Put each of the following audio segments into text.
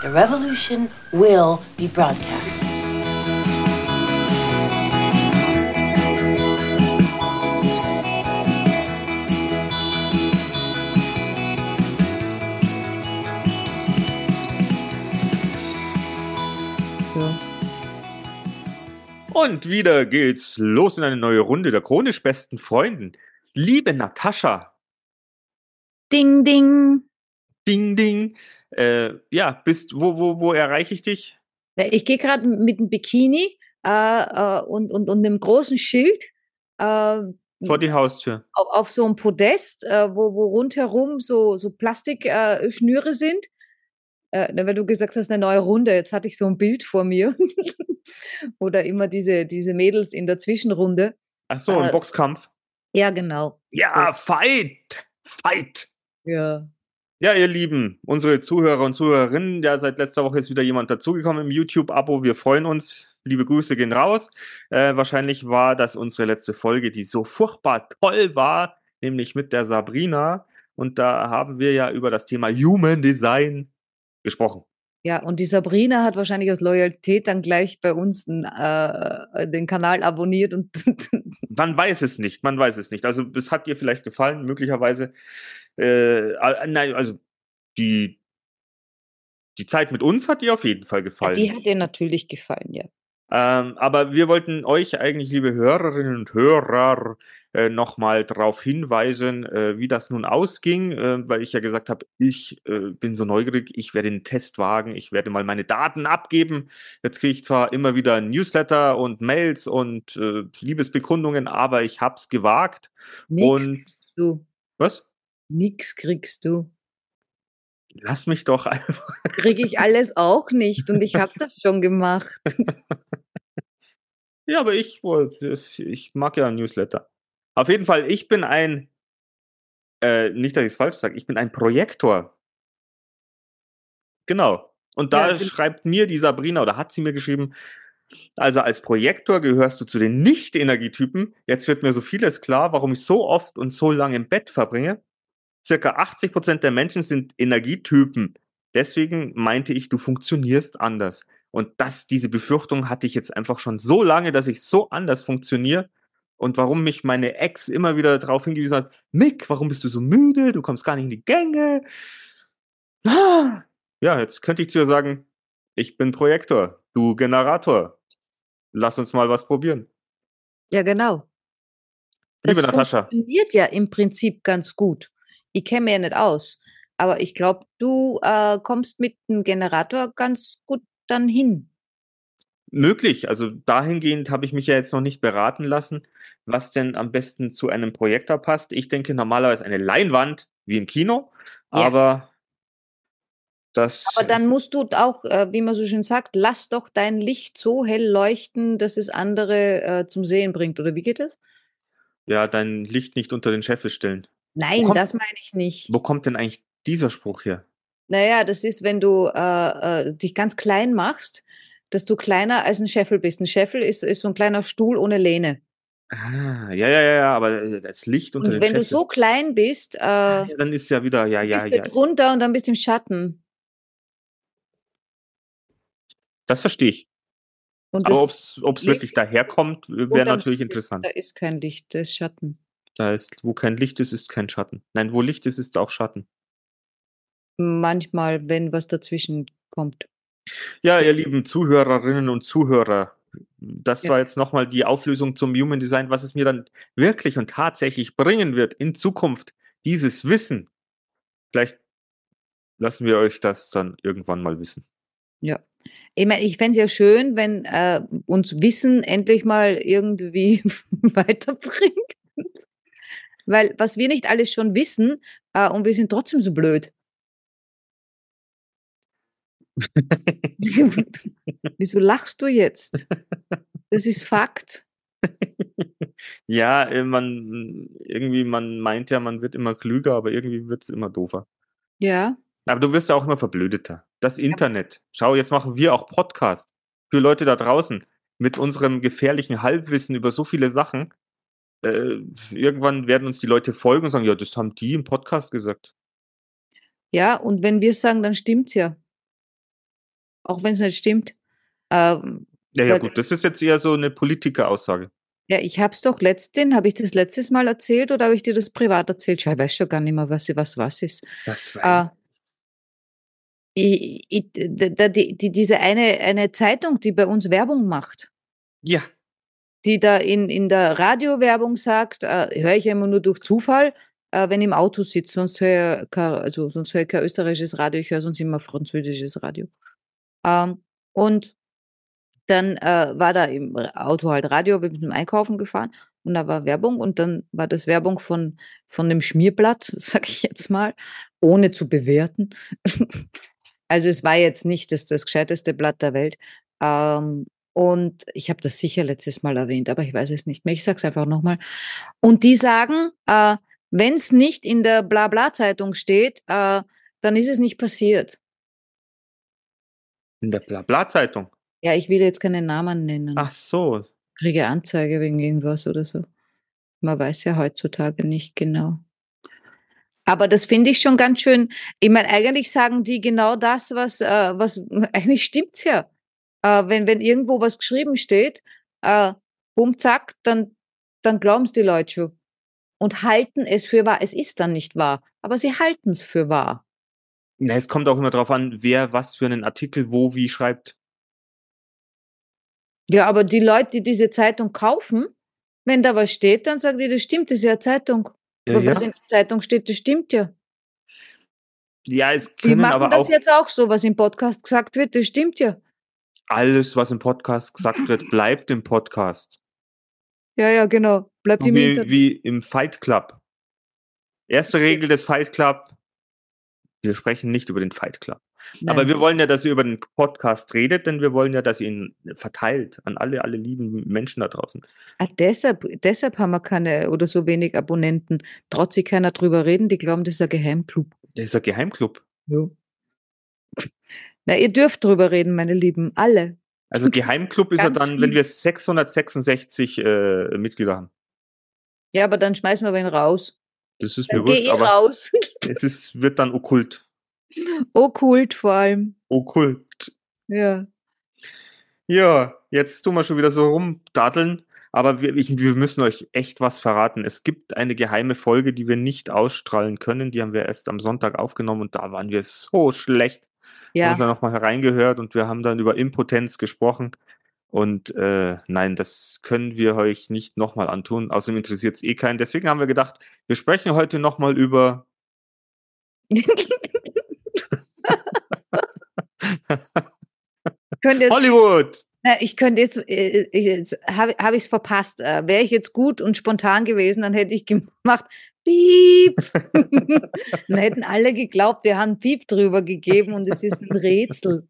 The revolution will be broadcast. Und wieder geht's los in eine neue Runde der chronisch besten Freunden. Liebe Natascha. Ding, ding. Ding, ding. Wo erreiche ich dich? Ich gehe gerade mit dem Bikini und einem großen Schild vor die Haustür. Auf so einem Podest, wo rundherum so Plastikschnüre sind. Weil du gesagt hast, eine neue Runde. Jetzt hatte ich so ein Bild vor mir. Oder immer diese Mädels in der Zwischenrunde. Ach so, ein Boxkampf. Ja, genau. Ja, so. Fight! Ja. Ja, ihr Lieben, unsere Zuhörer und Zuhörerinnen, ja, seit letzter Woche ist wieder jemand dazugekommen im YouTube-Abo. Wir freuen uns. Liebe Grüße gehen raus. Wahrscheinlich war das unsere letzte Folge, die so furchtbar toll war, nämlich mit der Sabrina. Und da haben wir ja über das Thema Human Design gesprochen. Ja, und die Sabrina hat wahrscheinlich aus Loyalität dann gleich bei uns den Kanal abonniert. Und man weiß es nicht. Also es hat ihr vielleicht gefallen, möglicherweise. Nein, also die Zeit mit uns hat ihr auf jeden Fall gefallen. Ja, die hat ihr natürlich gefallen, ja. Aber wir wollten euch eigentlich, liebe Hörerinnen und Hörer, nochmal darauf hinweisen, wie das nun ausging, weil ich ja gesagt habe, ich bin so neugierig, ich werde den Test wagen, ich werde mal meine Daten abgeben. Jetzt kriege ich zwar immer wieder Newsletter und Mails und Liebesbekundungen, aber ich habe es gewagt. Nix kriegst du. Was? Nix kriegst du. Lass mich doch einfach. Kriege ich alles auch nicht und ich habe das schon gemacht. Ja, aber ich mag ja Newsletter. Auf jeden Fall, ich bin nicht, dass ich es falsch sage, ich bin ein Projektor. Genau. Und da schreibt mir die Sabrina, oder hat sie mir geschrieben, also als Projektor gehörst du zu den Nicht-Energietypen. Jetzt wird mir so vieles klar, warum ich so oft und so lange im Bett verbringe. Circa 80% der Menschen sind Energietypen. Deswegen meinte ich, du funktionierst anders. Und diese Befürchtung hatte ich jetzt einfach schon so lange, dass ich so anders funktioniere. Und warum mich meine Ex immer wieder darauf hingewiesen hat, Mick, warum bist du so müde? Du kommst gar nicht in die Gänge. Ja, jetzt könnte ich zu ihr sagen, ich bin Projektor, du Generator. Lass uns mal was probieren. Ja, genau. Liebe Natascha. Das funktioniert ja im Prinzip ganz gut. Ich kenne mich ja nicht aus. Aber ich glaube, du kommst mit dem Generator ganz gut dann hin. Möglich. Also dahingehend habe ich mich ja jetzt noch nicht beraten lassen, was denn am besten zu einem Projektor passt. Ich denke normalerweise eine Leinwand, wie im Kino, ja. Aber dann musst du auch, wie man so schön sagt, lass doch dein Licht so hell leuchten, dass es andere zum Sehen bringt. Oder wie geht das? Ja, dein Licht nicht unter den Scheffel stellen. Nein, das meine ich nicht. Wo kommt denn eigentlich dieser Spruch her? Naja, das ist, wenn du dich ganz klein machst, dass du kleiner als ein Scheffel bist. Ein Scheffel ist so ein kleiner Stuhl ohne Lehne. Ah, ja, aber das Licht unter den Scheffel. Und wenn du so klein bist, ja, dann ist ja wieder, bist du drunter und dann bist du im Schatten. Das verstehe ich. Und aber ob es wirklich daherkommt, wäre natürlich interessant. Da ist kein Licht, da ist Schatten. Wo kein Licht ist, ist kein Schatten. Nein, wo Licht ist, ist auch Schatten. Manchmal, wenn was dazwischen kommt. Ja, ihr lieben Zuhörerinnen und Zuhörer, das war jetzt nochmal die Auflösung zum Human Design, was es mir dann wirklich und tatsächlich bringen wird in Zukunft, dieses Wissen. Vielleicht lassen wir euch das dann irgendwann mal wissen. Ja. Ich meine, ich fände es ja schön, wenn uns Wissen endlich mal irgendwie weiterbringt. Weil was wir nicht alles schon wissen und wir sind trotzdem so blöd. Wieso lachst du jetzt? Das ist Fakt. Ja, man meint ja, man wird immer klüger, aber irgendwie wird es immer doofer. Ja. Aber du wirst ja auch immer verblödeter. Das Internet. Schau, jetzt machen wir auch Podcast für Leute da draußen mit unserem gefährlichen Halbwissen über so viele Sachen. Irgendwann werden uns die Leute folgen und sagen, ja, das haben die im Podcast gesagt. Ja, und wenn wir es sagen, dann stimmt's ja. auch wenn es nicht stimmt. Ähm, Ja, weil, gut, das ist jetzt eher so eine Politikeraussage. ja, ich habe es doch habe ich das letztes Mal erzählt oder habe ich dir das privat erzählt? Schau, ich weiß schon gar nicht mehr, was ist. Das weiß Äh, diese eine Zeitung, die bei uns Werbung macht, Ja, die da in der Radiowerbung sagt, höre ich immer nur durch Zufall, wenn ich im Auto sitze, sonst höre ich kein österreichisches Radio, ich höre sonst immer französisches Radio. Ähm, und dann war da im Auto halt Radio, bin mit dem Einkaufen gefahren und da war Werbung und dann war das Werbung von dem Schmierblatt, sag ich jetzt mal, ohne zu bewerten. Also es war jetzt nicht das gescheiteste Blatt der Welt. Und ich habe das sicher letztes Mal erwähnt, aber ich weiß es nicht mehr. Ich sage es einfach nochmal. Und die sagen, wenn es nicht in der Blabla-Zeitung steht, dann ist es nicht passiert. in der Blabla-Zeitung. Ja, ich will jetzt keinen Namen nennen. Ach so. Kriege Anzeige wegen irgendwas oder so. Man weiß ja heutzutage nicht genau. Aber das finde ich schon ganz schön. Ich meine, eigentlich sagen die genau das, was eigentlich stimmt's ja. Wenn irgendwo was geschrieben steht, bumm, zack, dann glauben's die Leute schon und halten es für wahr. Es ist dann nicht wahr, aber sie halten's für wahr. Na, es kommt auch immer drauf an, wer was für einen Artikel wo wie schreibt. Ja, aber die Leute, die diese Zeitung kaufen, wenn da was steht, dann sagen die, das stimmt, das ist ja eine Zeitung. Ja, Aber was ja. in der Zeitung steht, das stimmt ja. Ja, es Die können machen aber das auch jetzt auch so, was im Podcast gesagt wird, das stimmt ja. alles, was im Podcast gesagt wird, bleibt im Podcast. Ja, ja, genau. Bleibt im Internet. Wie im Fight Club. Erste Regel des Fight Club: Wir sprechen nicht über den Fight Club. Aber Nein. wir wollen ja, dass ihr über den Podcast redet, denn wir wollen ja, dass ihr ihn verteilt an alle lieben Menschen da draußen. Deshalb haben wir keine oder so wenig Abonnenten. Traut sich keiner drüber reden, die glauben, das ist ein Geheimclub. Das ist ein Geheimclub. Ja. Na, ihr dürft drüber reden, meine Lieben, alle. Also Geheimclub ist er Ganz dann, wenn viel. wir 666 Mitglieder haben. Ja, aber dann schmeißen wir wen raus. Das ist mir Dann geh wurscht, ich aber raus. wird dann okkult. Okkult vor allem. Okkult. Ja. Ja, jetzt tun wir schon wieder so rumdaddeln, aber wir müssen euch echt was verraten. Es gibt eine geheime Folge, die wir nicht ausstrahlen können. Die haben wir erst am Sonntag aufgenommen und da waren wir so schlecht. Wir haben uns Ja. da nochmal hereingehört und wir haben dann über Impotenz gesprochen. Und nein, das können wir euch nicht nochmal antun. Außerdem interessiert es eh keinen. Deswegen haben wir gedacht, wir sprechen heute nochmal über Könnte jetzt, Hollywood. ich könnte jetzt habe ich es verpasst. Wäre ich jetzt gut und spontan gewesen, dann hätte ich gemacht, Piep. Dann hätten alle geglaubt, wir haben Piep drüber gegeben und es ist ein Rätsel.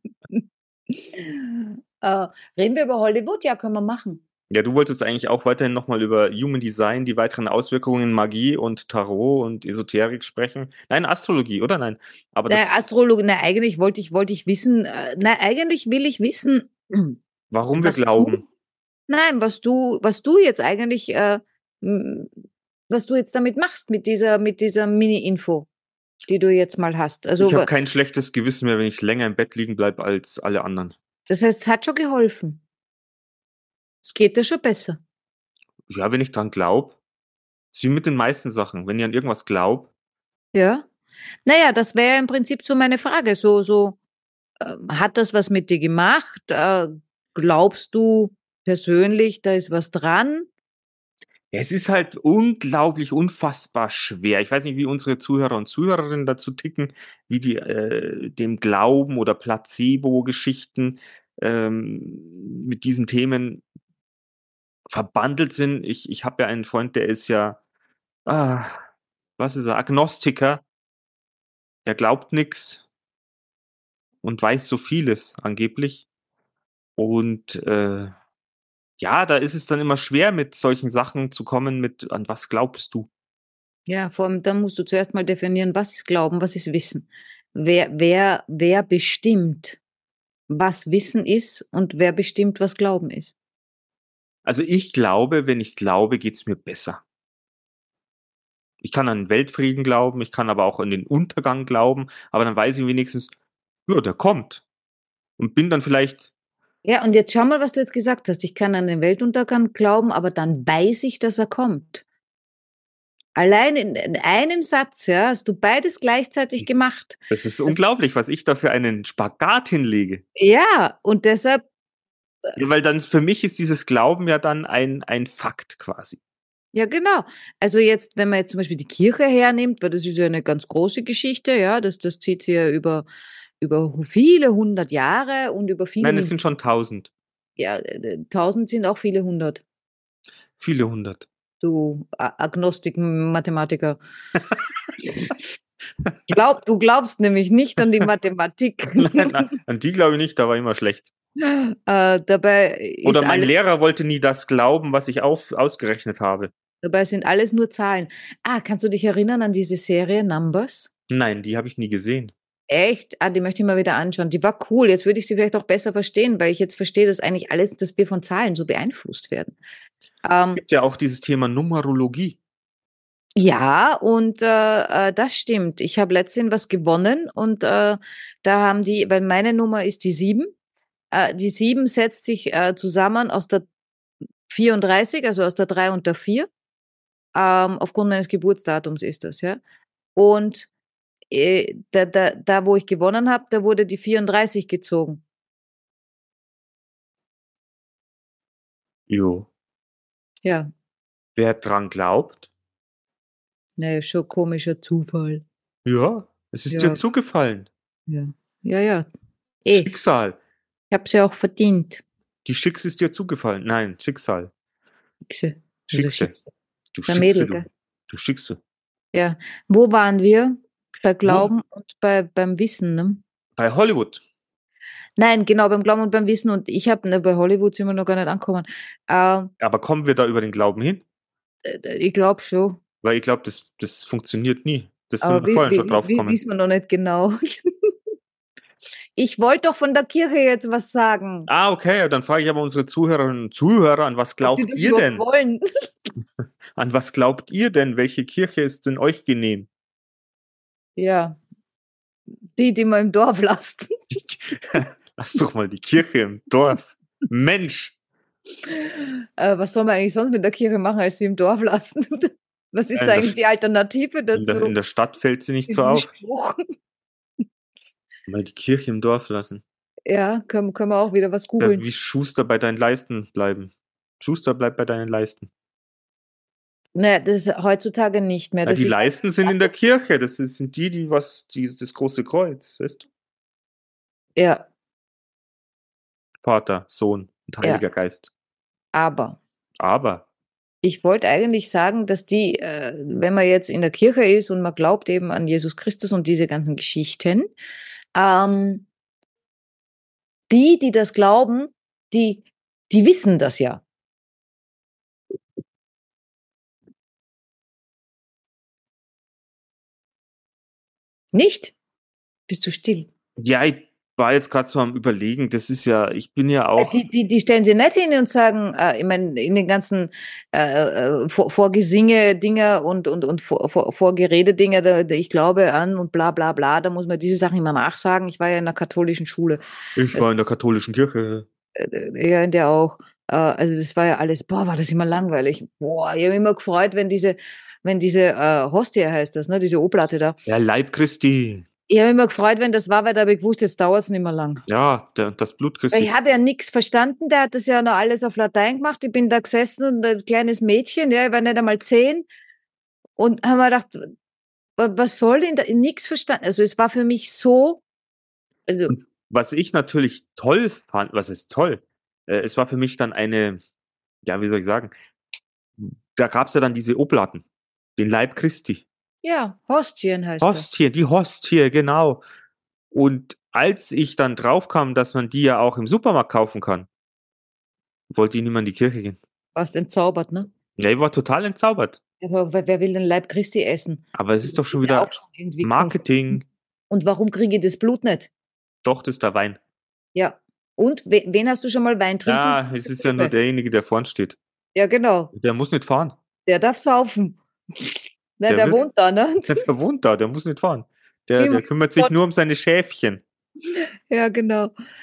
Reden wir über Hollywood? Ja, können wir machen. Ja, du wolltest eigentlich auch weiterhin nochmal über Human Design, die weiteren Auswirkungen in Magie und Tarot und Esoterik sprechen. Nein, Astrologie, oder nein? Aber das, Astrologie, eigentlich wollte ich wissen, eigentlich will ich wissen, warum wir was glauben. was du jetzt eigentlich, was du jetzt damit machst mit dieser Mini-Info, die du jetzt mal hast. Also, Ich habe kein schlechtes Gewissen mehr, wenn ich länger im Bett liegen bleibe als alle anderen. das heißt, es hat schon geholfen. Es geht dir schon besser. Ja, wenn ich dran glaube. Ist wie mit den meisten Sachen. Wenn ihr an irgendwas glaubt, Ja? Naja, das wäre ja im Prinzip so meine Frage. Hat das was mit dir gemacht? Glaubst du persönlich, da ist was dran? ja, es ist halt unglaublich, unfassbar schwer. Ich weiß nicht, wie unsere Zuhörer und Zuhörerinnen dazu ticken, wie die dem Glauben oder Placebo-Geschichten mit diesen Themen verbandelt sind. Ich habe ja einen Freund, der ist ja, ah, was ist er, Agnostiker, der glaubt nix und weiß so vieles angeblich. Und ja, da ist es dann immer schwer, mit solchen Sachen zu kommen, mit an was glaubst du? Ja, vor allem, dann musst du zuerst mal definieren, was ist Glauben, was ist Wissen? Wer bestimmt, was Wissen ist und wer bestimmt, was Glauben ist? Also ich glaube, wenn ich glaube, geht's mir besser. Ich kann an den Weltfrieden glauben, ich kann aber auch an den Untergang glauben, aber dann weiß ich wenigstens, ja, der kommt. und bin dann vielleicht, Ja, und jetzt schau mal, was du jetzt gesagt hast. Ich kann an den Weltuntergang glauben, aber dann weiß ich, dass er kommt. Allein in einem Satz, ja, hast du beides gleichzeitig gemacht. das ist Das, unglaublich, was ich da für einen Spagat hinlege. ja, und deshalb, Ja, weil dann für mich ist dieses Glauben ja dann ein Fakt quasi. ja, genau. Also jetzt, wenn man jetzt zum Beispiel die Kirche hernimmt, weil das ist ja eine ganz große Geschichte, ja, das zieht sich ja über viele hundert Jahre und über viele Nein, es sind Millionen. schon 1000, Ja, 1000 sind auch viele hundert. viele hundert. Du Agnostik-Mathematiker. Du glaubst nämlich nicht an die Mathematik. Nein, nein, an die glaube ich nicht, da war immer schlecht. Dabei Oder ist mein alles, Lehrer wollte nie das glauben, was ich ausgerechnet habe. dabei sind alles nur Zahlen. Kannst du dich erinnern an diese Serie Numbers? Nein, die habe ich nie gesehen. Echt? Die möchte ich mal wieder anschauen. Die war cool. Jetzt würde ich sie vielleicht auch besser verstehen, weil ich jetzt verstehe, dass eigentlich alles, dass wir von Zahlen so beeinflusst werden. Es gibt ja auch dieses Thema Numerologie. Ja, und das stimmt. Ich habe letztens was gewonnen und da haben die, weil meine Nummer ist die 7. Die 7 setzt sich zusammen aus der 34, also aus der 3 und der 4. Aufgrund meines Geburtsdatums ist das, ja. Und da, wo ich gewonnen habe, da wurde die 34 gezogen. Jo. Ja, Wer dran glaubt, naja, schon komischer Zufall. ja, es ist dir Ja, zugefallen. ja, ja, ja. Schicksal. Ich habe sie auch verdient. Die Schicks ist dir zugefallen. Nein, Schicksal. Schickse. Also Schickse. Schickse. Du Der Schickse, Mädel, du. gell? Du Schickse. Ja. Wo waren wir? Bei Wo? Glauben und beim Wissen, ne? Bei Hollywood. Nein, genau, beim Glauben und beim Wissen. Und ich habe, ne, bei Hollywood sind wir noch gar nicht angekommen. Aber kommen wir da über den Glauben hin? Ich glaube schon. Weil ich glaube, das funktioniert nie. Das sind Aber wir vorhin schon drauf gekommen. wissen wir noch nicht genau. Ich wollte doch von der Kirche jetzt was sagen. Okay, dann frage ich aber unsere Zuhörerinnen und Zuhörer, an was Ob die glaubt das ihr überhaupt denn? wollen? An was glaubt ihr denn? Welche Kirche ist denn euch genehm? Ja, die wir im Dorf lassen. Lass doch mal die Kirche im Dorf. Mensch! Was soll man eigentlich sonst mit der Kirche machen, als sie im Dorf lassen? Was ist In da der eigentlich die Alternative dazu? In der Stadt fällt sie nicht so Diesen auf. Spruch. Mal die Kirche im Dorf lassen. Ja, können wir auch wieder was Ja, googeln. wie Schuster bei deinen Leisten bleiben. Schuster bleibt bei deinen Leisten. Naja, das ist heutzutage nicht mehr. Ja, Das die ist, Leisten sind das in der ist- Kirche. Das sind das große Kreuz, weißt du? Ja, Vater, Sohn und Heiliger Geist. aber Aber ich wollte eigentlich sagen, dass wenn man jetzt in der Kirche ist und man glaubt eben an Jesus Christus und diese ganzen Geschichten, ähm, die das glauben, die wissen das ja. Nicht? Bist du still? ja, ich war jetzt gerade so am Überlegen, ich bin ja auch, Die stellen sie nicht hin und sagen, ich meine, in den ganzen Vorgesinge-Dinger und Vorgerede-Dinger, ich glaube an und bla bla bla, da muss man diese Sachen immer nachsagen. Ich war ja in der katholischen Schule. ich war in der katholischen Kirche. Ja, in der auch. Also das war ja alles, war das immer langweilig. Boah, ich habe mich immer gefreut, wenn diese Hostie heißt das, ne, diese O-Platte da. Ja, Leib Christi. Ich habe mich immer gefreut, wenn das war, weil da habe ich gewusst, jetzt dauert es nicht mehr lang. Ja, das Blut Weil Christi. ich habe ja nichts verstanden, der hat das ja noch alles auf Latein gemacht. Ich bin da gesessen und ein kleines Mädchen, ja, ich war nicht einmal 10 und habe mir gedacht, was soll denn da? Nichts verstanden. Also es war für mich so, also Was ich natürlich toll fand, was ist toll? Es war für mich dann ja, wie soll ich sagen, da gab's ja dann diese Oblaten, den Leib Christi. ja, Hostien heißt das. Hostie, die Hostie, genau. Und als ich dann draufkam, dass man die ja auch im Supermarkt kaufen kann, wollte ich nicht mehr in die Kirche gehen. Warst entzaubert, ne? Ja, ich war total entzaubert. Aber wer will den Leib Christi essen? Aber es ist doch Das schon ist ja wieder auch schon irgendwie Marketing. Und warum kriege ich das Blut nicht? Doch, das ist der Wein. Ja. Und wen hast du schon mal Wein trinken Ja, sehen? es ist ja nur derjenige, der vorn steht. Ja, genau. Der muss nicht fahren. Der darf saufen. Ne, Der der will- wohnt da, ne? Der wohnt da, der muss nicht fahren. Der Niemand kümmert sich Gott. nur um seine Schäfchen. Ja, genau.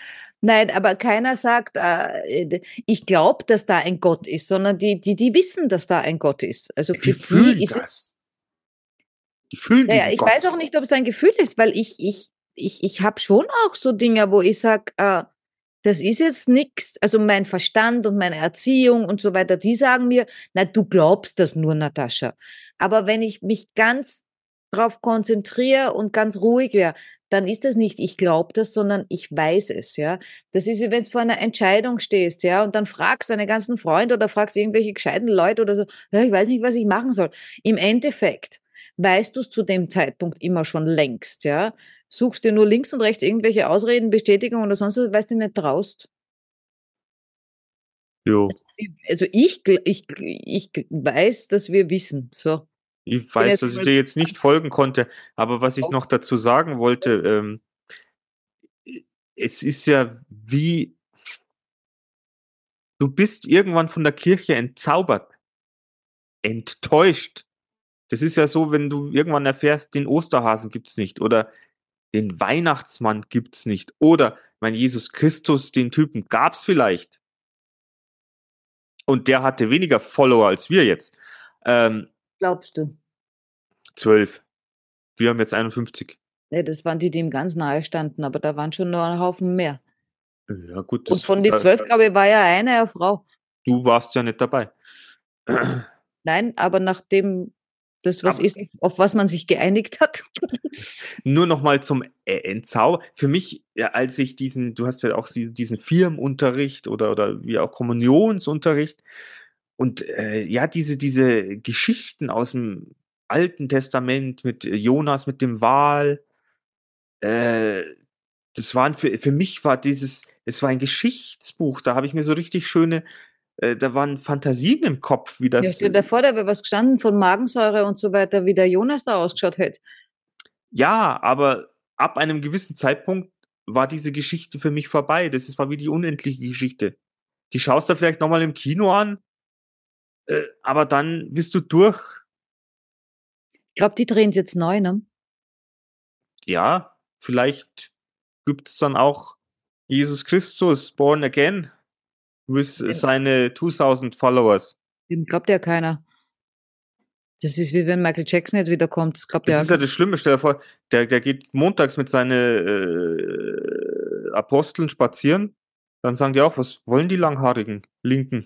Nein, aber keiner sagt, ich glaube, dass da ein Gott ist, sondern die wissen, dass da ein Gott ist. Also Die für die fühlen ist es, das. Die fühlen naja, diesen ich weiß auch Gott. nicht, ob es ein Gefühl ist, weil ich habe schon auch so Dinge, wo ich sage, das ist jetzt nichts, also mein Verstand und meine Erziehung und so weiter, die sagen mir, na, du glaubst das nur, Natascha. Aber wenn ich mich ganz drauf konzentriere und ganz ruhig wäre, dann ist das nicht, ich glaube das, sondern ich weiß es, ja. Das ist wie wenn du vor einer Entscheidung stehst, ja, und dann fragst deine ganzen Freunde oder fragst irgendwelche gescheiten Leute oder so, ja, ich weiß nicht, was ich machen soll. Im Endeffekt weißt du es zu dem Zeitpunkt immer schon längst, ja. Suchst dir nur links und rechts irgendwelche Ausreden, Bestätigungen oder sonst was, weil du dich nicht traust. Jo. Also ich weiß, dass wir wissen. So. Ich Ich bin weiß, jetzt dass ich mal dir jetzt nicht folgen konnte, aber was ich noch dazu sagen wollte, es ist ja wie, du bist irgendwann von der Kirche entzaubert, enttäuscht. Das ist ja so, wenn du irgendwann erfährst, den Osterhasen gibt's nicht oder den Weihnachtsmann gibt's nicht oder mein Jesus Christus, den Typen gab's vielleicht und der hatte weniger Follower als wir jetzt. glaubst du? 12. Wir haben jetzt 51. Ne, das waren die, die ihm ganz nahe standen, aber da waren schon noch ein Haufen mehr. Ja gut, Und von den 12, glaube ich, war ja eine Frau. du warst ja nicht dabei. Nein, aber nachdem das was Aber ist, auf was man sich geeinigt hat. nur noch mal zum Entzauber. Für mich, ja, als ich du hast ja auch diesen Firmenunterricht oder wie auch Kommunionsunterricht und ja, diese Geschichten aus dem Alten Testament mit Jonas, mit dem Wal, äh, das waren für mich es war ein Geschichtsbuch, da habe ich mir so richtig schöne, da waren Fantasien im Kopf, wie Ja, das, stell dir vor, da wäre was gestanden von Magensäure und so weiter, wie der Jonas da ausgeschaut hätte. ja, aber ab einem gewissen Zeitpunkt war diese Geschichte für mich vorbei. War wie die unendliche Geschichte. Die schaust du vielleicht nochmal im Kino an, aber dann bist du durch. Ich glaube, die drehen es jetzt neu, ne? Ja, vielleicht gibt's dann auch Jesus Christus Born Again with Den, seine 2000 Followers. den glaubt ja keiner. Das ist wie wenn Michael Jackson jetzt wieder kommt. Das glaubt Das ja ist auch ja keiner. das Schlimme. Stell dir vor, der geht montags mit seinen Aposteln spazieren. Dann sagen die auch, was wollen die langhaarigen Linken?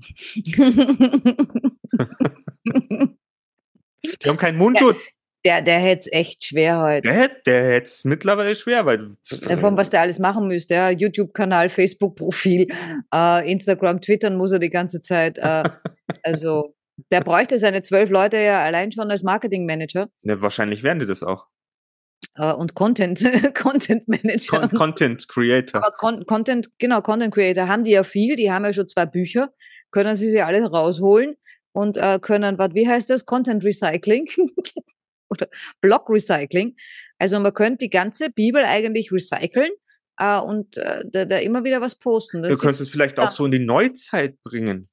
Die haben keinen Mundschutz. Der hätte es echt schwer heute. Der hätte es mittlerweile schwer, weil Von was der alles machen müsste. Ja? YouTube-Kanal, Facebook-Profil, Instagram, Twittern muss er die ganze Zeit. Also der bräuchte seine 12 Leute ja allein schon als Marketingmanager ne, wahrscheinlich werden die das auch. und Content, Content Manager. Content Creator. Aber Content, genau, Content Creator haben die ja viel. Die haben ja schon 2 Bücher, können sie alle rausholen und können, wie heißt das? Content Recycling oder Blog Recycling. Also man könnte die ganze Bibel eigentlich recyceln und da immer wieder was posten. Du Das könntest ist es vielleicht auch so in die Neuzeit bringen.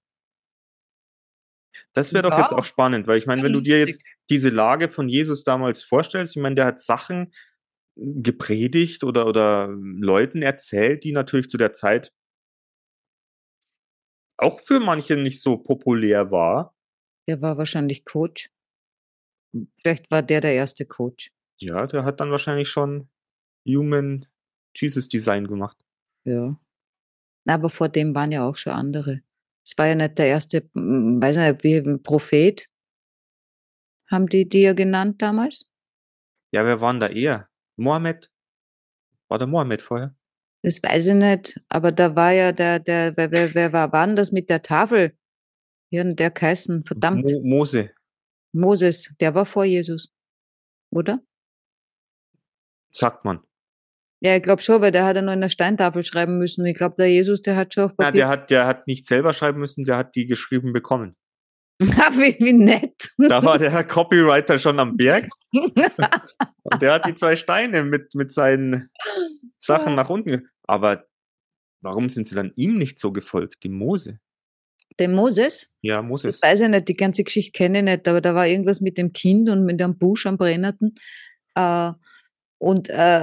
Das wäre doch ja jetzt auch spannend, weil ich meine, wenn du dir lustig. jetzt diese Lage von Jesus damals vorstellst, ich meine, der hat Sachen gepredigt oder Leuten erzählt, die natürlich zu der Zeit auch für manche nicht so populär war. Der war wahrscheinlich Coach. Vielleicht war der erste Coach. Ja, der hat dann wahrscheinlich schon Human Jesus Design gemacht. Ja. Na, aber vor dem waren ja auch schon andere. Es war ja nicht der erste, weiß nicht, wie ein Prophet, haben die ja genannt damals? Ja, wer waren da eher? Mohammed? War der Mohammed vorher? Das weiß ich nicht, aber da war ja wer war denn das mit der Tafel? Wie hat denn der geheißen? Verdammt. Mose. Moses, der war vor Jesus, oder? Sagt man. Ja, ich glaube schon, weil der hat ja nur in der Steintafel schreiben müssen. Ich glaube, der Jesus, der hat schon auf Na, Papier. der hat nicht selber schreiben müssen, der hat die geschrieben bekommen. wie nett. Da war der Copywriter schon am Berg und der hat die 2 Steine mit seinen Sachen nach unten. Aber warum sind sie dann ihm nicht so gefolgt, dem Mose? Den Moses? Ja, Das Moses. weiß ich nicht, die ganze Geschichte kenne ich nicht, aber da war irgendwas mit dem Kind und mit dem Busch am Brennenden. Und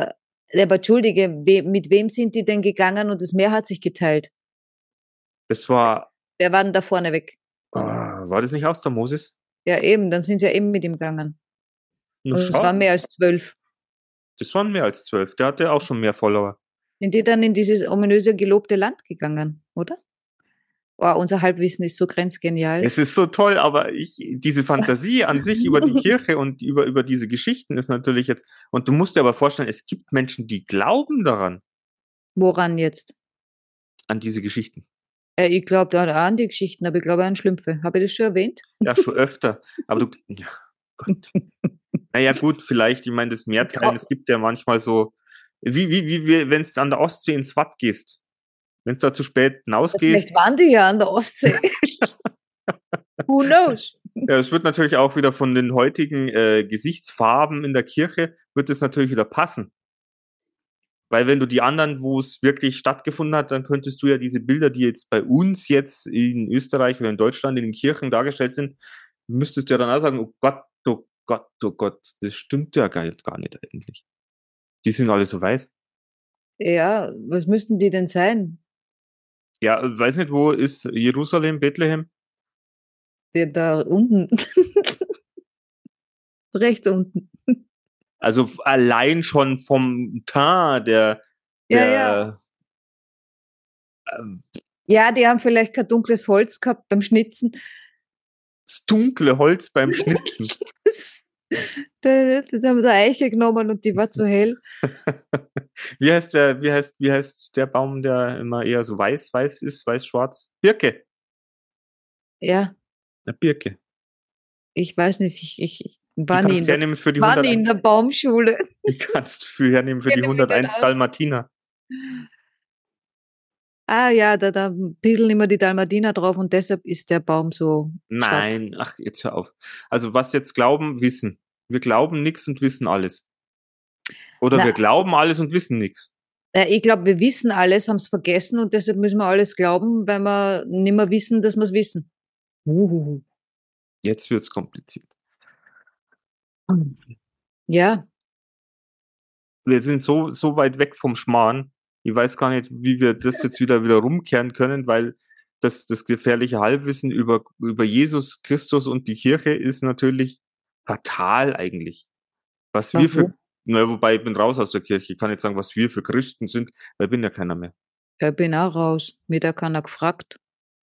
Aber entschuldige, mit wem sind die denn gegangen und das Meer hat sich geteilt? Das war, Wer war denn da vorne weg? war das nicht aus der Moses? Ja, eben, dann sind sie ja eben mit ihm gegangen. Na, Und es schau, waren mehr als 12. das waren mehr als 12. Der hatte auch schon mehr Follower. Sind die dann in dieses ominöse, gelobte Land gegangen, oder? Oh, unser Halbwissen ist so grenzgenial. Es ist so toll, aber diese Fantasie an sich über die Kirche und über diese Geschichten ist natürlich jetzt, und du musst dir aber vorstellen, es gibt Menschen, die glauben daran, Woran jetzt? an diese Geschichten. Ich glaube da an die Geschichten, aber ich glaube an Schlümpfe. Habe ich das schon erwähnt? Ja, schon öfter. Aber ja, Gott. Naja, gut, vielleicht, ich meine, das Mehrteilen, es gibt ja manchmal so, wenn es an der Ostsee ins Watt gehst, wenn es da zu spät hinausgehst. Vielleicht waren die ja an der Ostsee. Who knows? Ja, es wird natürlich auch wieder von den heutigen Gesichtsfarben in der Kirche, wird es natürlich wieder passen. Weil wenn du die anderen, wo es wirklich stattgefunden hat, dann könntest du ja diese Bilder, die jetzt bei uns jetzt in Österreich oder in Deutschland in den Kirchen dargestellt sind, müsstest du ja dann auch sagen, oh Gott, oh Gott, oh Gott, das stimmt ja gar nicht eigentlich. Die sind alle so weiß. Ja, was müssten die denn sein? Ja, weiß nicht, wo ist Jerusalem, Bethlehem? Der da unten. Rechts unten. Also allein schon vom Teint Ja. ähm, Ja, die haben vielleicht kein dunkles Holz gehabt beim Schnitzen. das dunkle Holz beim Schnitzen. Da haben sie eine Eiche genommen und die war zu hell. Wie heißt der Baum, der immer eher so weiß ist, weiß-schwarz? Birke. Ja, Eine Birke. ich weiß nicht, ich Die war nie kannst du hernehmen für die war nie in 101. der Baumschule. Die kannst du hernehmen für die Kenne mich nicht 101 aus. Dalmatiner. Ah ja, da pieseln immer die Dalmatiner drauf und deshalb ist der Baum so schwarz. Nein, ach, jetzt hör auf. Also was jetzt glauben, wissen. Wir glauben nichts und wissen alles. Oder Na. wir glauben alles und wissen nichts. Ich glaube, wir wissen alles, haben es vergessen und deshalb müssen wir alles glauben, weil wir nicht mehr wissen, dass wir es wissen. Jetzt wird's kompliziert. Ja, Wir sind so weit weg vom Schmarrn. Ich weiß gar nicht, wie wir das jetzt wieder rumkehren können, weil das gefährliche Halbwissen über Jesus Christus und die Kirche ist natürlich fatal eigentlich. Was wir für, wobei ich bin raus aus der Kirche, ich kann nicht sagen, was wir für Christen sind, weil ich bin ja keiner mehr. ich bin auch raus. Mir hat keiner gefragt,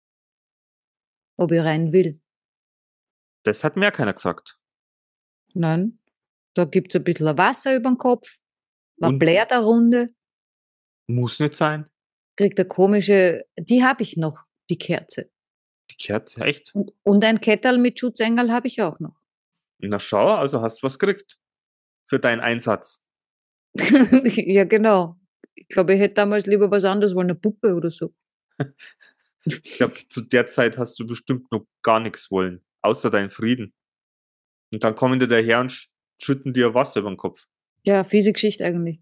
ob ich rein will. Das hat mir keiner gefragt. Nein, da gibt's ein bisschen Wasser über den Kopf, man Und? bläht eine Runde, Muss nicht sein. kriegt eine komische, die habe ich noch, die Kerze. Die Kerze, echt? Und ein Kettel mit Schutzengel habe ich auch noch. Na schau, also hast was gekriegt. Für deinen Einsatz. Ja, genau. Ich glaube, ich hätte damals lieber was anderes wollen, eine Puppe oder so. Ich glaube, zu der Zeit hast du bestimmt noch gar nichts wollen, außer deinen Frieden. Und dann kommen die daher und schütten dir Wasser über den Kopf. Ja, fiese Geschichte eigentlich.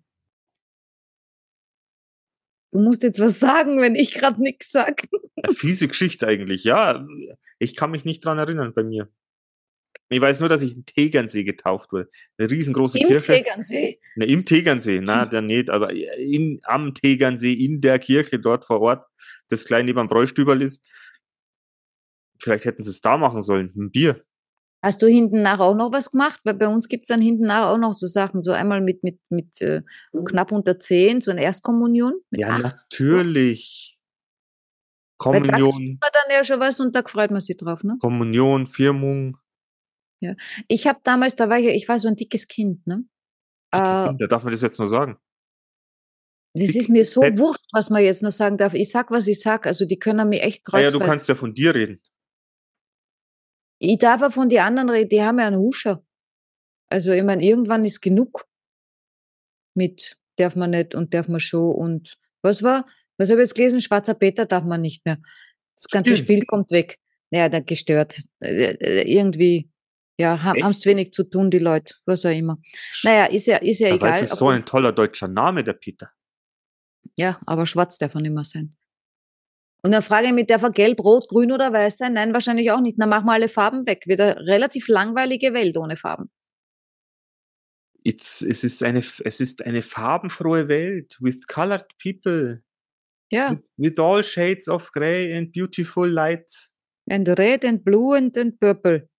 Du musst jetzt was sagen, wenn ich gerade nichts sag. Ja, fiese Geschichte eigentlich, ja. Ich kann mich nicht dran erinnern bei mir. Ich weiß nur, dass ich in Tegernsee getauft wurde. Eine riesengroße Im Kirche. Tegernsee. Ne, im Tegernsee, na, der nicht, aber am Tegernsee, in der Kirche dort vor Ort, das gleich neben dem Bräustüberl ist. Vielleicht hätten sie es da machen sollen, ein Bier. Hast du hinten nach auch noch was gemacht? Weil bei uns gibt's dann hinten nach auch noch so Sachen, so einmal mit knapp unter 10, so eine Erstkommunion. Mit Ja, 8. natürlich. Weil da kriegt Kommunion, man dann ja schon was und da freut man sich drauf, ne? Kommunion, Firmung. Ich habe damals, ich war so ein dickes Kind, ne? Da darf man das jetzt nur sagen. Das Dick, ist mir so fett. wurscht, was man jetzt noch sagen darf. Ich sag, was ich sag. Also die können mir echt Ja, du kreuzweise. kannst ja von dir reden. Ich darf auch von den anderen reden, die haben ja einen Huscher. Also ich meine, irgendwann ist genug mit darf man nicht und darf man schon und was habe ich jetzt gelesen? Schwarzer Peter darf man nicht mehr. Das ganze Spielen. Spiel kommt weg. Ja, dann gestört. Irgendwie, ja, haben es wenig zu tun, die Leute, was auch immer. Naja, ist ja Aber egal. es ist so ein toller deutscher Name, der Peter. Ja, aber schwarz darf er nicht mehr sein. Und dann frage ich mich, darf er gelb, rot, grün oder weiß sein? Nein, wahrscheinlich auch nicht. Dann machen wir alle Farben weg. Wird eine relativ langweilige Welt ohne Farben. es ist eine farbenfrohe Welt with colored people, Ja. with all shades of grey and beautiful lights. And red and blue and purple.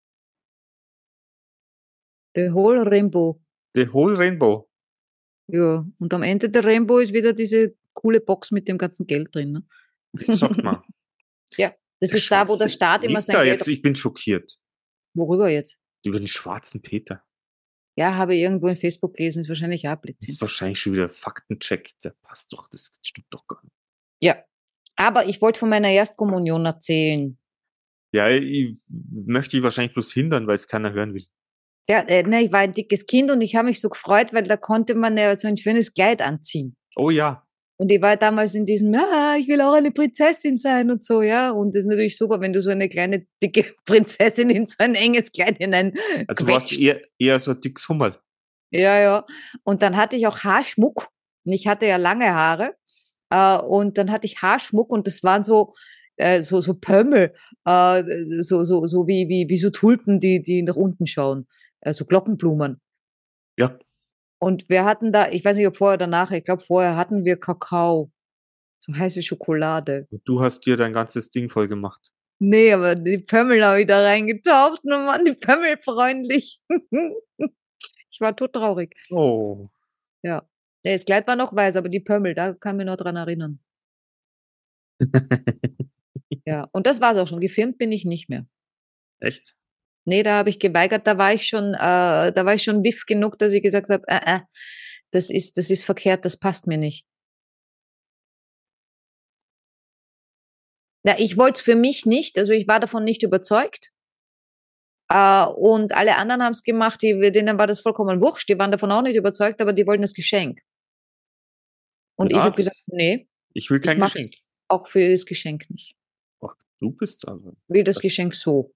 The whole rainbow. The whole rainbow. Ja. Und am Ende der Rainbow ist wieder diese coole Box mit dem ganzen Geld drin. Ne? Sag mal. Ja, das ist da, wo der Staat immer sein Geld... Jetzt, ich bin schockiert. Worüber jetzt? Über den schwarzen Peter. Ja, habe ich irgendwo in Facebook gelesen, ist wahrscheinlich auch Das Blödsinn. ist wahrscheinlich schon wieder Faktencheck. Der passt doch, das stimmt doch gar nicht. Ja, aber ich wollte von meiner Erstkommunion erzählen. Ja, ich möchte ich wahrscheinlich bloß hindern, weil es keiner hören will. Ja, ich war ein dickes Kind und ich habe mich so gefreut, weil da konnte man ja so ein schönes Kleid anziehen. Oh ja. Und ich war damals in diesem, ich will auch eine Prinzessin sein und so, ja. Und das ist natürlich super, wenn du so eine kleine, dicke Prinzessin in so ein enges Kleid hinein Also du warst eher so ein dickes Hummerl. Ja, ja. Und dann hatte ich auch Haarschmuck. Und ich hatte ja lange Haare. Und dann hatte ich Haarschmuck und das waren so Pömmel, so wie so Tulpen, die nach unten schauen. So Glockenblumen. Ja. Und wir hatten da, ich weiß nicht, ob vorher oder nachher, ich glaube vorher hatten wir Kakao. So heiße Schokolade. Und du hast dir dein ganzes Ding voll gemacht. Nee, aber die Pömmel habe ich da reingetaucht und dann waren die Pömmel freundlich. Ich war todtraurig. Oh. Ja. Das Kleid war noch weiß, aber die Pömmel, da kann ich mich noch dran erinnern. Ja, und das war's auch schon. Gefilmt bin ich nicht mehr. Echt? Nee, da habe ich geweigert, da war ich schon wiff genug, dass ich gesagt habe, das ist verkehrt, das passt mir nicht. Ja, ich wollte es für mich nicht, also ich war davon nicht überzeugt. Und alle anderen haben es gemacht, denen war das vollkommen wurscht, die waren davon auch nicht überzeugt, aber die wollten das Geschenk. Und Ja, ich habe gesagt, nee, ich will kein mach's Geschenk. auch für das Geschenk nicht. Ach, du bist also. Will das Geschenk so.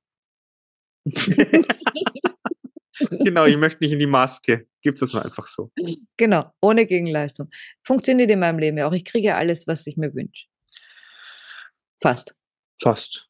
Genau, ich möchte nicht in die Maske. Gib das mal einfach so. Genau, ohne Gegenleistung. Funktioniert in meinem Leben ja auch. Ich kriege ja alles, was ich mir wünsche. Fast. Fast.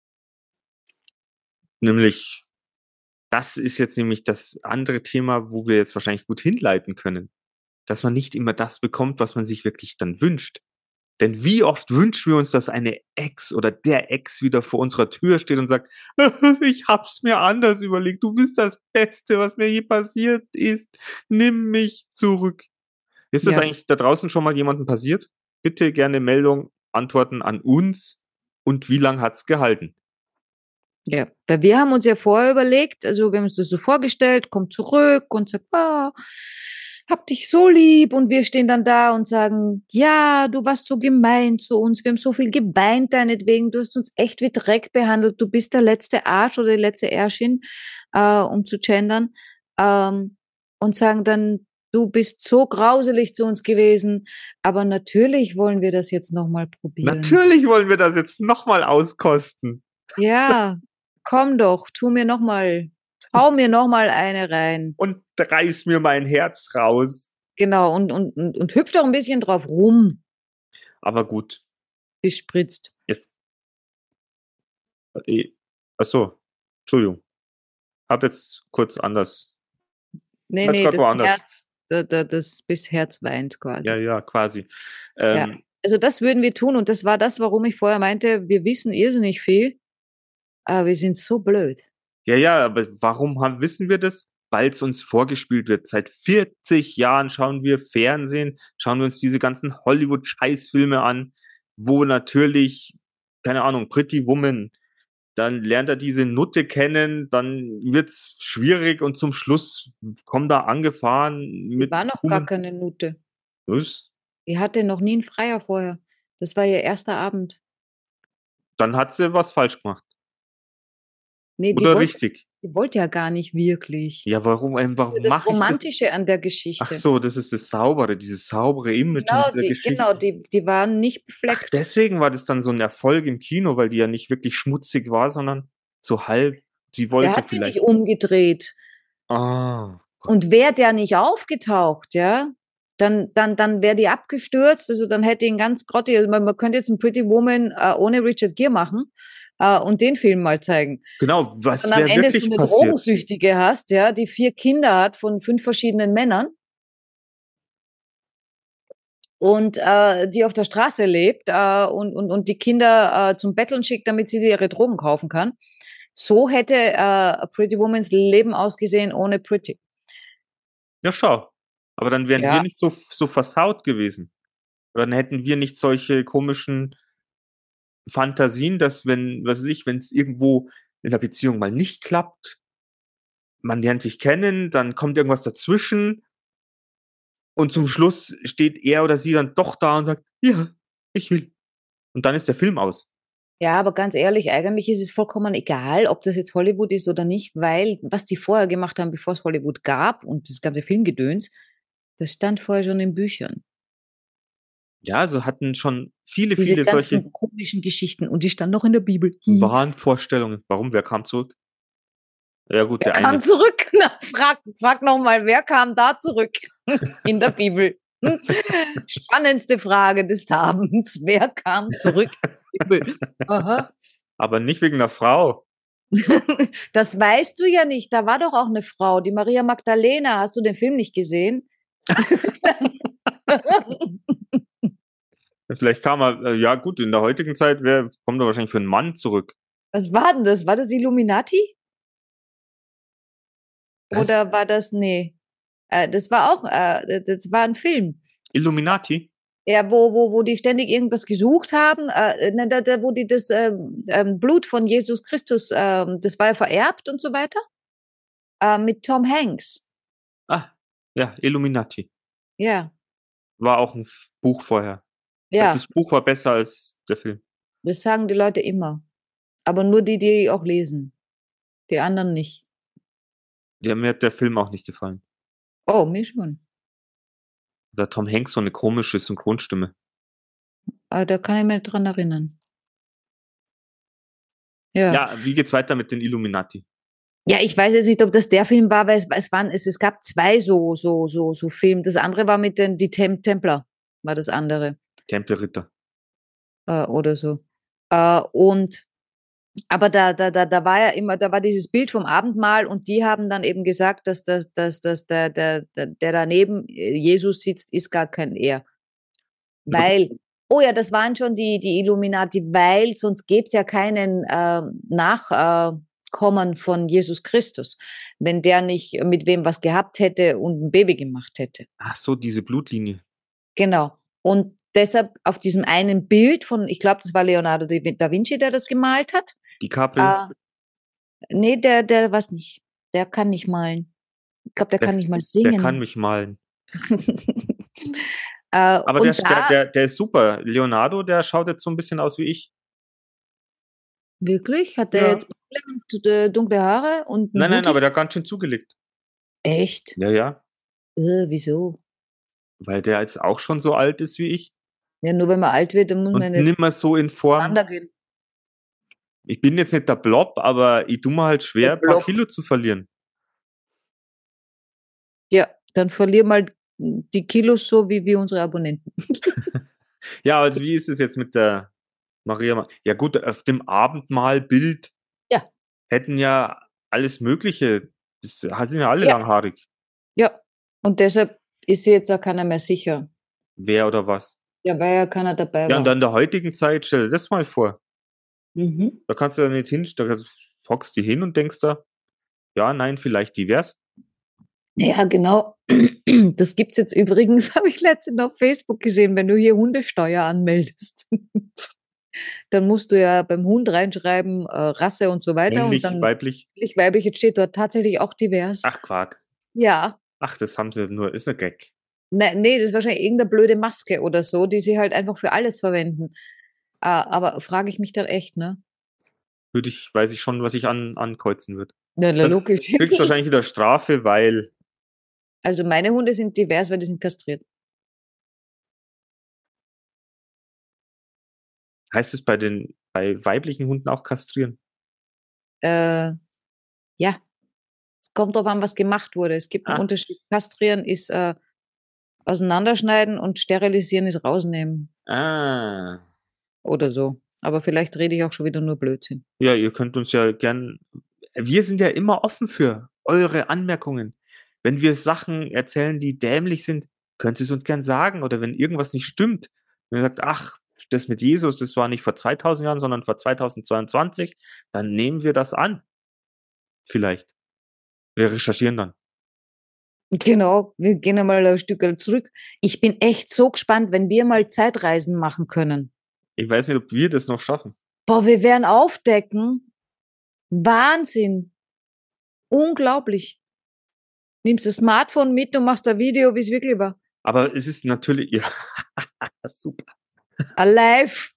Nämlich, das ist jetzt nämlich das andere Thema, wo wir jetzt wahrscheinlich gut hinleiten können. Dass man nicht immer das bekommt, was man sich wirklich dann wünscht. Denn wie oft wünschen wir uns, dass eine Ex oder der Ex wieder vor unserer Tür steht und sagt, ich hab's mir anders überlegt, du bist das Beste, was mir je passiert ist, nimm mich zurück. Ist das eigentlich da draußen schon mal jemandem passiert? Bitte gerne Meldung, Antworten an uns und wie lang hat's gehalten? Ja, weil wir haben uns ja vorher überlegt, also wir haben uns das so vorgestellt, kommt zurück und sagt, hab dich so lieb und wir stehen dann da und sagen, ja, du warst so gemein zu uns, wir haben so viel geweint deinetwegen, du hast uns echt wie Dreck behandelt, du bist der letzte Arsch oder die letzte Ärschin, um zu gendern, und sagen dann, du bist so grauselig zu uns gewesen, aber natürlich wollen wir das jetzt nochmal probieren. Natürlich wollen wir das jetzt nochmal auskosten. Ja, komm doch, hau mir nochmal eine rein. Und reiß mir mein Herz raus. Genau, und hüpf doch ein bisschen drauf rum. Aber gut. Bespritzt. Jetzt. Achso, Entschuldigung. Hab jetzt kurz anders. Nee, das bis Herz weint quasi. Ja, quasi. Ja. Also das würden wir tun und das war das, warum ich vorher meinte, wir wissen irrsinnig viel, aber wir sind so blöd. Ja, aber warum wissen wir das? Weil es uns vorgespielt wird. Seit 40 Jahren schauen wir Fernsehen, schauen wir uns diese ganzen Hollywood-Scheißfilme an, wo natürlich, keine Ahnung, Pretty Woman, dann lernt er diese Nutte kennen, dann wird's schwierig und zum Schluss kommt er angefahren mit. Die war noch gar keine Nutte. Was? Die hatte noch nie einen Freier vorher. Das war ihr erster Abend. Dann hat sie was falsch gemacht. Nee, oder richtig? Die wollte ja gar nicht wirklich. Ja, warum mache ich das? Das Romantische an der Geschichte. Ach so, das ist das Saubere, dieses saubere Image genau, in der Geschichte. Genau, die waren nicht befleckt. Ach, deswegen war das dann so ein Erfolg im Kino, weil die ja nicht wirklich schmutzig war, sondern so halb, sie wollte der hat vielleicht. Die nicht umgedreht. Ah. Und wäre der nicht aufgetaucht, ja, dann wäre die abgestürzt, also dann hätte ihn ganz grottig, also man könnte jetzt ein Pretty Woman ohne Richard Gere machen und den Film mal zeigen. Genau, was Und am wäre Ende so wirklich eine passiert? Drogensüchtige hast, ja, die 4 Kinder hat von 5 verschiedenen Männern und die auf der Straße lebt und die Kinder zum Betteln schickt, damit sie ihre Drogen kaufen kann. So hätte A Pretty Womans Leben ausgesehen ohne Pretty. Ja, schau. Aber dann wären wir Ja. nicht so versaut gewesen. Dann hätten wir nicht solche komischen Fantasien, dass wenn, was weiß ich, wenn es irgendwo in der Beziehung mal nicht klappt, man lernt sich kennen, dann kommt irgendwas dazwischen und zum Schluss steht er oder sie dann doch da und sagt: „Ja, ich will.“ Und dann ist der Film aus. Ja, aber ganz ehrlich, eigentlich ist es vollkommen egal, ob das jetzt Hollywood ist oder nicht, weil was die vorher gemacht haben, bevor es Hollywood gab und das ganze Filmgedöns, das stand vorher schon in Büchern. Ja, also hatten schon viele, Diese viele solche ganzen komischen Geschichten und die standen noch in der Bibel. Wahnvorstellungen. Warum? Wer kam zurück? Ja gut, Wer der kam eine. zurück? Na, frag noch mal, wer kam da zurück in der Bibel? Spannendste Frage des Abends. Wer kam zurück in der Bibel? Aha. Aber nicht wegen 'ner Frau. Das weißt du ja nicht. Da war doch auch eine Frau, die Maria Magdalena. Hast du den Film nicht gesehen? Vielleicht kam er ja gut, in der heutigen Zeit kommt er wahrscheinlich für 'n Mann zurück. Was war denn das? War das Illuminati? Was? Oder war das nee, das war auch das war 'n Film. Illuminati? Ja, wo die ständig irgendwas gesucht haben, ne, da wo die das, Blut von Jesus Christus, das war ja vererbt und so weiter, mit Tom Hanks. Ah, ja, Illuminati. Ja, War auch 'n F Buch vorher. Ich glaube, ja, das Buch war besser als der Film. das sagen die Leute immer. Aber nur die, die auch lesen. Die anderen nicht. Ja, mir hat der Film auch nicht gefallen. Oh, mir schon. Da hat Tom Hanks so 'ne komische Synchronstimme. Da kann ich mich nicht dran erinnern. Ja. Ja, wie geht's weiter mit den Illuminati? Ja, ich weiß jetzt nicht, ob das der Film war, weil es gab 2 so Filme. Das andere war mit den die Templer war das andere, Tempelritter. oder so. Und aber da war ja immer da war dieses Bild vom Abendmahl und die haben dann eben gesagt, dass der daneben Jesus sitzt, ist gar kein er. Weil oh ja, das waren schon die Illuminati, weil sonst gäbe es ja keinen, Nachkommen von Jesus Christus, wenn der nicht mit wem was gehabt hätte und 'n Baby gemacht hätte. Ach so, diese Blutlinie. Genau. Und deshalb auf diesem einen Bild von ich glaube, das war Leonardo da Vinci, der das gemalt hat. DiCaprio? Ne, der war's nicht. Der kann nicht malen. Ich glaube, der Der kann nicht mal der kann singen. mich malen. Aber Und da der ist super. Leonardo, der schaut jetzt so 'n bisschen aus wie ich. wirklich? Hat der Ja. jetzt Brille und, dunkle Haare und 'n Nein, Hoodie? aber der hat ganz schön zugelegt. Echt? Ja, ja, Wieso? weil der jetzt auch schon so alt ist wie ich Ja, nur wenn man alt wird, dann muss man und nicht nimmer so in Form. auseinandergehen. Ich bin jetzt nicht der Blob, aber ich tue mir halt Der schwer, paar Blob. Kilo zu verlieren. Ja, dann verlier mal die Kilos so wie wir unsere Abonnenten. Ja, also wie ist es jetzt mit der Maria Ma ja gut, auf dem Abendmahlbild Ja. hätten ja alles Mögliche das sind ja alle Ja. langhaarig. Ja. Und deshalb ist sich jetzt auch keiner mehr sicher. Wer oder was. Ja, weil ja keiner dabei Ja, und war. in der heutigen Zeit, stell dir das mal vor. Mhm. Da kannst du ja nicht da hockst du hin und denkst da: „Ja, nein, vielleicht divers.“ Ja, genau. Das gibt's jetzt übrigens, habe ich letztens auf Facebook gesehen, wenn du hier Hundesteuer anmeldest. Dann musst du ja beim Hund reinschreiben, Rasse und so weiter und Männlich, dann weiblich. männlich, weiblich, jetzt steht dort tatsächlich auch divers. Ach, Quark. Ja. Ach, das haben sie nur ist 'n Gag. Ne, das ist wahrscheinlich irgend 'ne blöde Maske oder so, die sie halt einfach für alles verwenden. Aber frage ich mich dann echt, ne? Weiß ich schon, was ich ankreuzen würde. Ja, na Dann logisch. kriegst du wahrscheinlich wieder Strafe, weil Also, meine Hunde sind divers, weil die sind kastriert. heißt es bei weiblichen Hunden auch kastrieren? Äh, ja, es kommt drauf an, was gemacht wurde. Es gibt 'n Ah, Unterschied. Kastrieren ist, auseinanderschneiden und sterilisieren ist rausnehmen ah. oder so. Aber vielleicht rede ich auch schon wieder nur Blödsinn. Ja, ihr könnt uns ja gern wir sind ja immer offen für eure Anmerkungen. Wenn wir Sachen erzählen, die dämlich sind, könnt ihr es uns gern sagen oder wenn irgendwas nicht stimmt, wenn ihr sagt: „Ach, das mit Jesus, das war nicht vor 2000 Jahren, sondern vor 2022", dann nehmen wir das an vielleicht. Wir recherchieren dann. Genau, wir gehen einmal ein Stückerl zurück. Ich bin echt so gespannt, wenn wir mal Zeitreisen machen können. Ich weiß nicht, ob wir das noch schaffen. Boah, wir werden aufdecken. Wahnsinn. Unglaublich. Nimmst das Smartphone mit und machst ein Video, wie es wirklich war. Aber es ist natürlich ja, super. Live.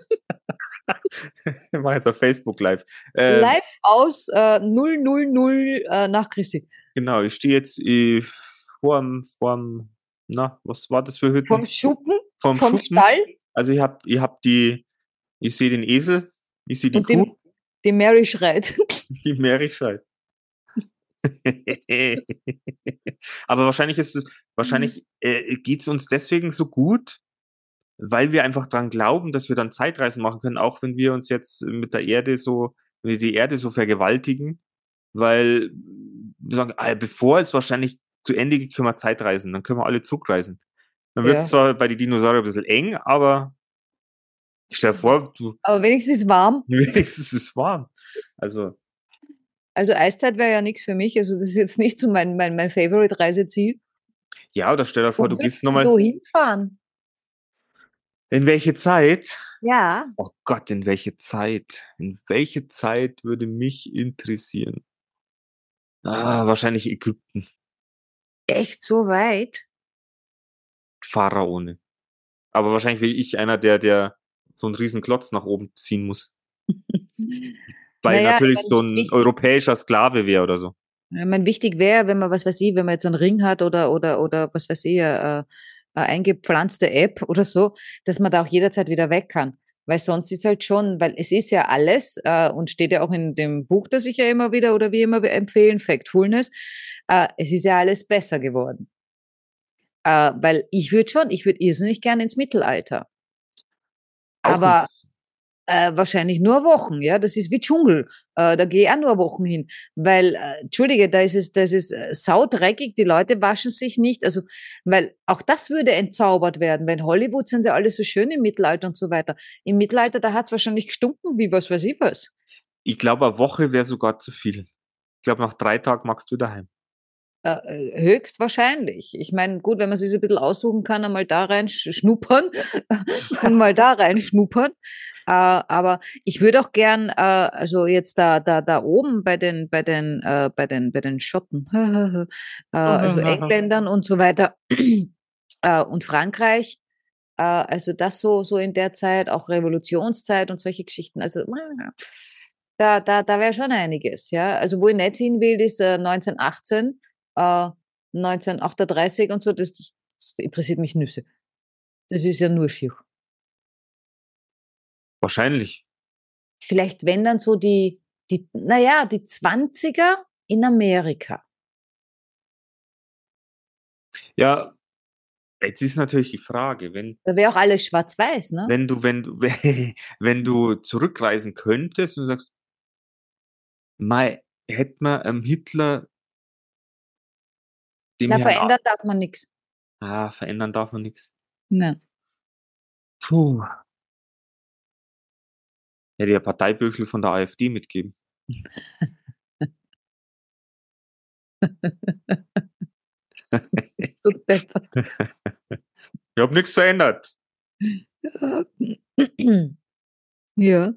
Wir machen jetzt auf Facebook live. Live aus 000 nach Christi. Genau, ich stehe jetzt vorm, na, was war das für Hütten? Vom Schuppen, Vom vom Schuppen. Stall Also ihr habt ich sehe den Esel, ich sehe die und Kuh, die Mary schreit. die Mary schreit. Aber wahrscheinlich geht's uns deswegen so gut, weil wir einfach dran glauben, dass wir dann Zeitreisen machen können, auch wenn wir uns jetzt mit der Erde wenn wir die Erde so vergewaltigen, weil wir sagen, bevor es wahrscheinlich zu Ende geht, können wir Zeitreisen, dann können wir alle zurückreisen. Dann wird's Ja. zwar bei den Dinosauriern ein bisschen eng, aber stell dir vor, Aber wenigstens ist es warm. wenigstens ist es warm. Also, Also Eiszeit wäre ja nichts für mich. Also das ist jetzt nicht so mein Favorite-Reiseziel. ja, oder stell dir vor, Wo du gehst würdest nochmal du hinfahren? in welche Zeit? Ja. Oh Gott, in welche Zeit? In welche Zeit würde mich interessieren? Wahrscheinlich Ägypten. Echt so weit? Pharaone. Aber wahrscheinlich wäre ich einer, der so 'n riesen Klotz nach oben ziehen muss. Weil Naja, ich natürlich meine, so 'n europäischer Sklave wäre oder so. ich meine, wichtig wäre, wenn man, was weiß ich, wenn man jetzt einen Ring hat oder was weiß ich, eine eingepflanzte App oder so, dass man da auch jederzeit wieder weg kann. Weil sonst ist halt schon, weil es ist ja alles, und steht ja auch in dem Buch, das ich ja immer wieder oder wie immer empfehlen, Factfulness, es ist ja alles besser geworden. Weil ich würde irrsinnig gerne ins Mittelalter. Auch Aber nicht. wahrscheinlich nur Wochen, ja. Das ist wie Dschungel. Da gehe ich auch nur Wochen hin. Weil, entschuldige, das ist saudreckig, die Leute waschen sich nicht. Also, weil auch das würde entzaubert werden. Weil in Hollywood sind sie alle so schön im Mittelalter und so weiter. Im Mittelalter, da hat's wahrscheinlich gestunken, wie was weiß ich was. Ich glaube, 'ne Woche wäre sogar zu viel. Ich glaube, nach 3 Tagen magst du daheim. Höchstwahrscheinlich. Ich meine, gut, wenn man sich so ein bisschen aussuchen kann, einmal da rein schnuppern und mal da rein schnuppern. Aber ich würde auch gern, also jetzt da oben bei den Schotten, also Engländern und so weiter, und Frankreich, also das so in der Zeit, auch Revolutionszeit und solche Geschichten. Also da wäre schon einiges, ja. Also wo ich nicht hin will, ist 1918, 1938 und so, das interessiert mich Nüsse. Das ist ja nur schier. Wahrscheinlich. Vielleicht wenn dann so naja, die 20er in Amerika. Ja, jetzt ist natürlich die Frage, wenn Da wäre auch alles schwarz-weiß, ne? wenn du wenn du zurückreisen könntest und du sagst: „Mei, hätte man Hitler dem Na, Herrn A verändern darf man nix. verändern darf man nix." Ne. Puh, hätte ja Parteibüchel von der AfD mitgeben. So deppert. Ich habe nix verändert. Ja.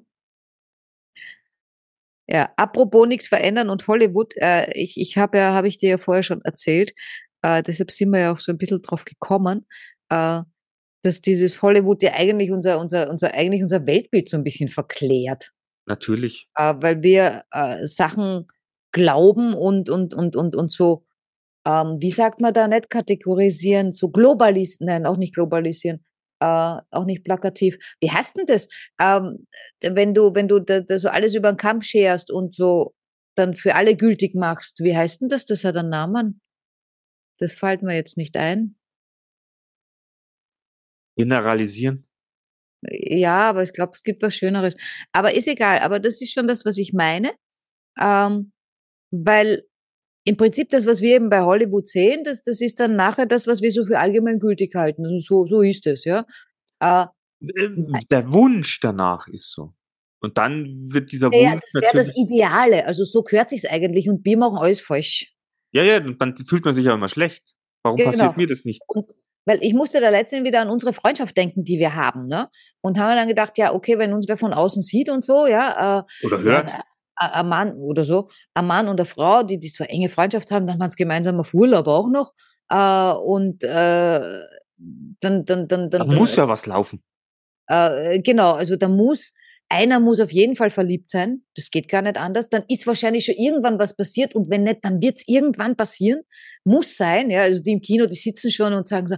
Ja, apropos nichts verändern und Hollywood, ich habe ich dir ja vorher schon erzählt, deshalb sind wir ja auch so ein bisschen drauf gekommen, äh, dass dieses Hollywood ja eigentlich unser Weltbild so ein bisschen verklärt, Natürlich. weil wir, Sachen glauben und so, wie sagt man da, nicht kategorisieren, so nein, auch nicht globalisieren, auch nicht plakativ. Wie heißt denn das? Wenn du da so alles über 'n Kamm scherst und so dann für alle gültig machst, wie heißt denn das? Das hat einen Namen. Das fällt mir jetzt nicht ein. Generalisieren. Ja, aber ich glaube, es gibt was Schöneres. Aber ist egal. Aber das ist schon das, was ich meine. Ähm, weil im Prinzip das, was wir eben bei Hollywood sehen, das ist dann nachher das, was wir so für allgemeingültig halten. Also so ist es, ja. Äh, Der Wunsch danach ist so. Und dann wird dieser ja, Wunsch das wäre das natürlich, Ideale. Also so gehört sich's eigentlich und wir machen alles falsch. ja, und dann fühlt man sich ja immer schlecht. Warum Genau. passiert mir das nicht? Und weil ich musste da letztens wieder an unsere Freundschaft denken, die wir haben, ne? Und haben dann gedacht, ja, okay, wenn uns wer von außen sieht und so, ja, Oder ja, hört? ein Mann oder so, ein Mann und eine Frau, die so enge Freundschaft haben, dann waren sie gemeinsam auf Urlaub auch noch. Und Da muss ja was laufen. genau, also einer muss auf jeden Fall verliebt sein, das geht gar nicht anders, dann ist wahrscheinlich schon irgendwann was passiert und wenn nicht, dann wird's irgendwann passieren, muss sein, ja, also die im Kino, die sitzen schon und sagen so,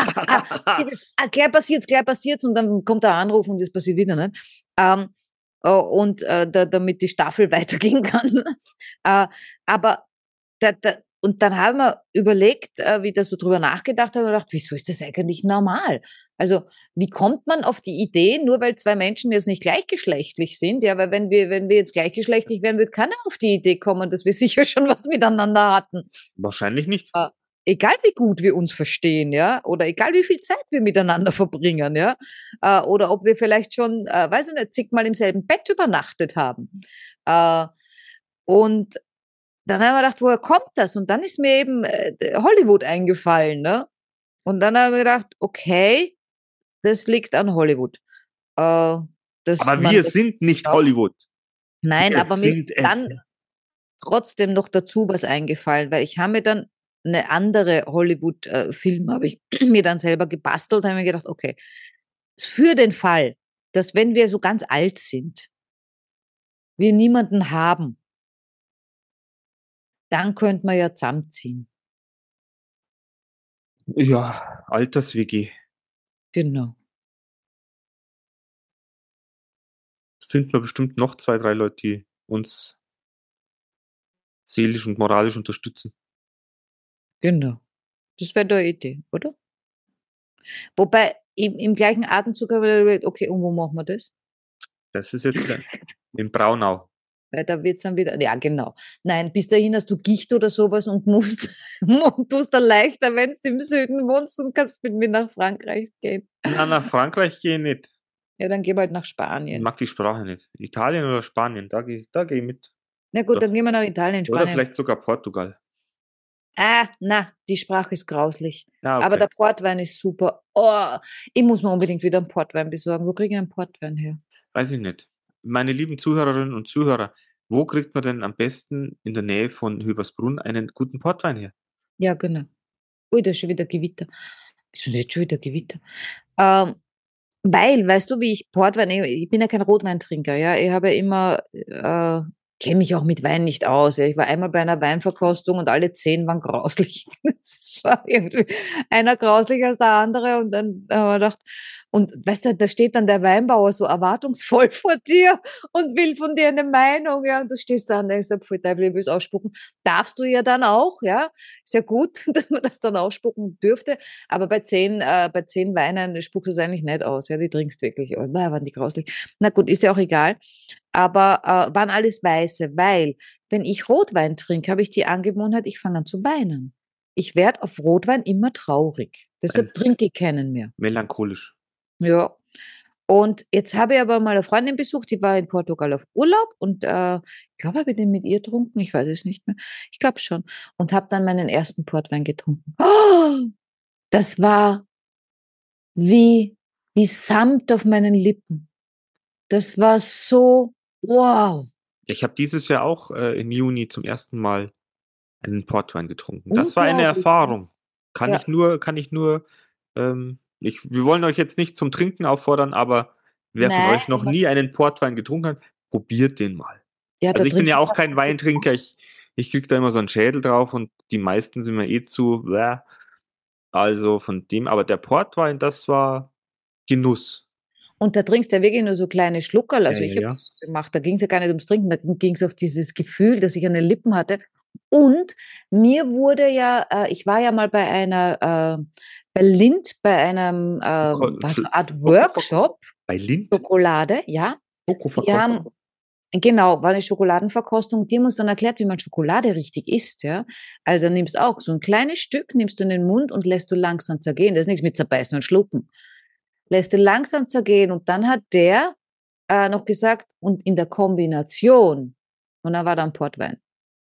gleich passiert's und dann kommt der Anruf und es passiert wieder nicht. Damit die Staffel weitergehen kann. Aber und dann haben wir überlegt, wie ich da so drüber nachgedacht habe, und gedacht, wieso ist das eigentlich normal? Also, wie kommt man auf die Idee, nur weil zwei Menschen jetzt nicht gleichgeschlechtlich sind? Ja, weil wenn wir jetzt gleichgeschlechtlich wären, würde keiner auf die Idee kommen, dass wir sicher schon was miteinander hatten. Wahrscheinlich nicht. Egal wie gut wir uns verstehen, ja, oder egal wie viel Zeit wir miteinander verbringen, ja, oder ob wir vielleicht schon, weiß ich nicht, zigmal im selben Bett übernachtet haben. Äh, und dann haben wir gedacht, woher kommt das? Und dann ist mir eben Hollywood eingefallen, ne? Und dann haben wir gedacht, okay, das liegt an Hollywood. Dass Aber man wir das sind nicht glaubt. Hollywood. Nein, Wir aber mir ist sind es. dann trotzdem noch dazu was eingefallen, weil ich habe mir dann eine andere Hollywood-Film habe ich mir dann selber gebastelt, habe mir gedacht, okay, für den Fall, dass wenn wir so ganz alt sind, wir niemanden haben, dann könnte man ja zusammenziehen. Ja, Alters-WG. Genau. Finden wir bestimmt noch 2, 3 Leute, die uns seelisch und moralisch unterstützen. Genau. Das wäre doch eine Idee, oder? Wobei im gleichen Atemzug habe ich dann überlegt, okay, und wo machen wir das? Das ist jetzt in Braunau. Weil da wird's dann wieder, ja genau. Nein, bis dahin hast du Gicht oder sowas und musst, und tust dann leichter, wenn du im Süden wohnst und kannst mit mir nach Frankreich gehen. Na, nach Frankreich gehe ich nicht. Ja, dann geh halt nach Ich Spanien. mag die Sprache nicht. Italien oder Spanien, da geh ich mit. Na gut, Oder, dann gehen wir nach Italien, oder Spanien. vielleicht sogar Portugal. Na, die Sprache ist grauslich. Ja, Aber okay. der Portwein ist super. Oh, ich muss mir unbedingt wieder einen Portwein besorgen. Wo kriege ich einen Portwein her? Weiß ich nicht. Meine lieben Zuhörerinnen und Zuhörer, wo kriegt man denn am besten in der Nähe von Hübersbrunn einen guten Portwein her? Ja, genau. Ui, da ist schon wieder Gewitter. Ist das jetzt schon wieder Gewitter? Ähm, Weil, weißt du, wie ich Portwein, ich bin ja kein Rotweintrinker, ja. Ich habe ja immer, kenne mich auch mit Wein nicht aus. Ja. Ich war einmal bei einer Weinverkostung und alle 10 waren grauslich. Es war irgendwie einer grauslicher als der andere und dann haben wir gedacht, und weißt du, da steht dann der Weinbauer so erwartungsvoll vor dir und will von dir eine Meinung, ja, und du stehst da und denkst, pfui Teufel, ich will es ausspucken. Darfst du ja dann auch, ja. Ist ja gut, dass man das dann ausspucken dürfte. Aber bei 10 Weinen spuckst du es eigentlich nicht aus. Ja, die trinkst wirklich. Oh, waren die grauslich. Na gut, ist ja auch egal. Aber waren alles Weiße, weil wenn ich Rotwein trinke, habe ich die Angewohnheit, ich fange an zu weinen. Ich werde auf Rotwein immer traurig. Deshalb trinke ich keinen mehr. Melancholisch. Ja. Und jetzt habe ich aber mal eine Freundin besucht, die war in Portugal auf Urlaub und ich glaube, habe ich den mit ihr getrunken? Ich weiß es nicht mehr. Ich glaube schon. Und habe dann meinen ersten Portwein getrunken. Oh, das war wie Samt auf meinen Lippen. Das war so, wow. Ich habe dieses Jahr auch im Juni zum ersten Mal einen Portwein getrunken. Das war eine Erfahrung. Kann Ja. ich nur, wir wollen euch jetzt nicht zum Trinken auffordern, aber wer von Nein, euch noch nie einen Portwein getrunken hat, probiert den mal. Ja, Also da ich bin trinkst ja du auch fast kein Weintrinker, ich krieg da immer so einen Schädel drauf und die meisten sind mir eh zu, also von dem, aber der Portwein, das war Genuss. Und da trinkst du ja wirklich nur so kleine Schluckerl. Also ich habe Ja. das so gemacht. Da ging es ja gar nicht ums Trinken, da ging es auf dieses Gefühl, das ich an den Lippen hatte. Und mir wurde ja, ich war ja mal bei einer, bei Lindt, bei einem was, eine Art Workshop. Bei Lindt? Schokolade, ja. Die Schokoverkostung. haben, genau, war eine Schokoladenverkostung. Die haben uns dann erklärt, wie man Schokolade richtig isst, ja. Also dann nimmst auch so ein kleines Stück, nimmst du in den Mund und lässt du langsam zergehen. Das ist nichts mit zerbeißen und schlucken. Lässt du langsam zergehen und dann hat der noch gesagt, und in der Kombination, und dann war dann Portwein.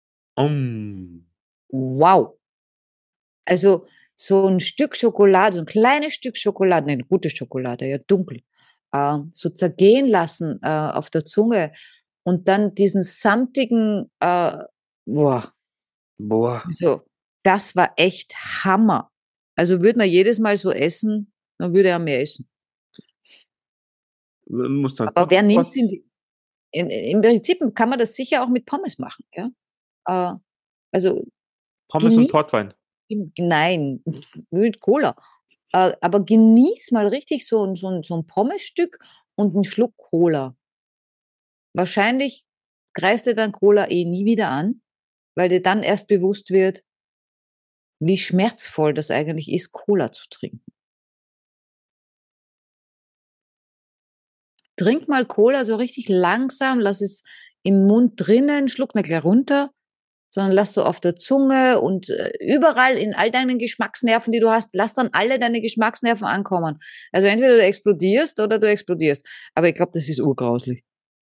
Wow. Also so ein Stück Schokolade, so ein kleines Stück Schokolade, eine gute Schokolade, ja dunkel, so zergehen lassen auf der Zunge und dann diesen samtigen, boah, Boah. also das war echt Hammer. Also würde man jedes Mal so essen, dann würde er mehr essen. Muss dann Aber wer nimmt trotzdem- im Prinzip kann man das sicher auch mit Pommes machen, ja. Also Pommes und genieß Portwein. Nein, mit Cola. Aber genieß mal richtig so ein Pommesstück und 'n Schluck Cola. Wahrscheinlich greifst du dann Cola nie wieder an, weil dir dann erst bewusst wird, wie schmerzvoll das eigentlich ist, Cola zu trinken. Trink mal Cola so richtig langsam, lass es im Mund drinnen, schluck nicht gleich runter, sondern lass so auf der Zunge und überall in all deinen Geschmacksnerven, die du hast, lass dann alle deine Geschmacksnerven ankommen. Also entweder du explodierst oder du explodierst. Aber ich glaube, das ist urgrauslich.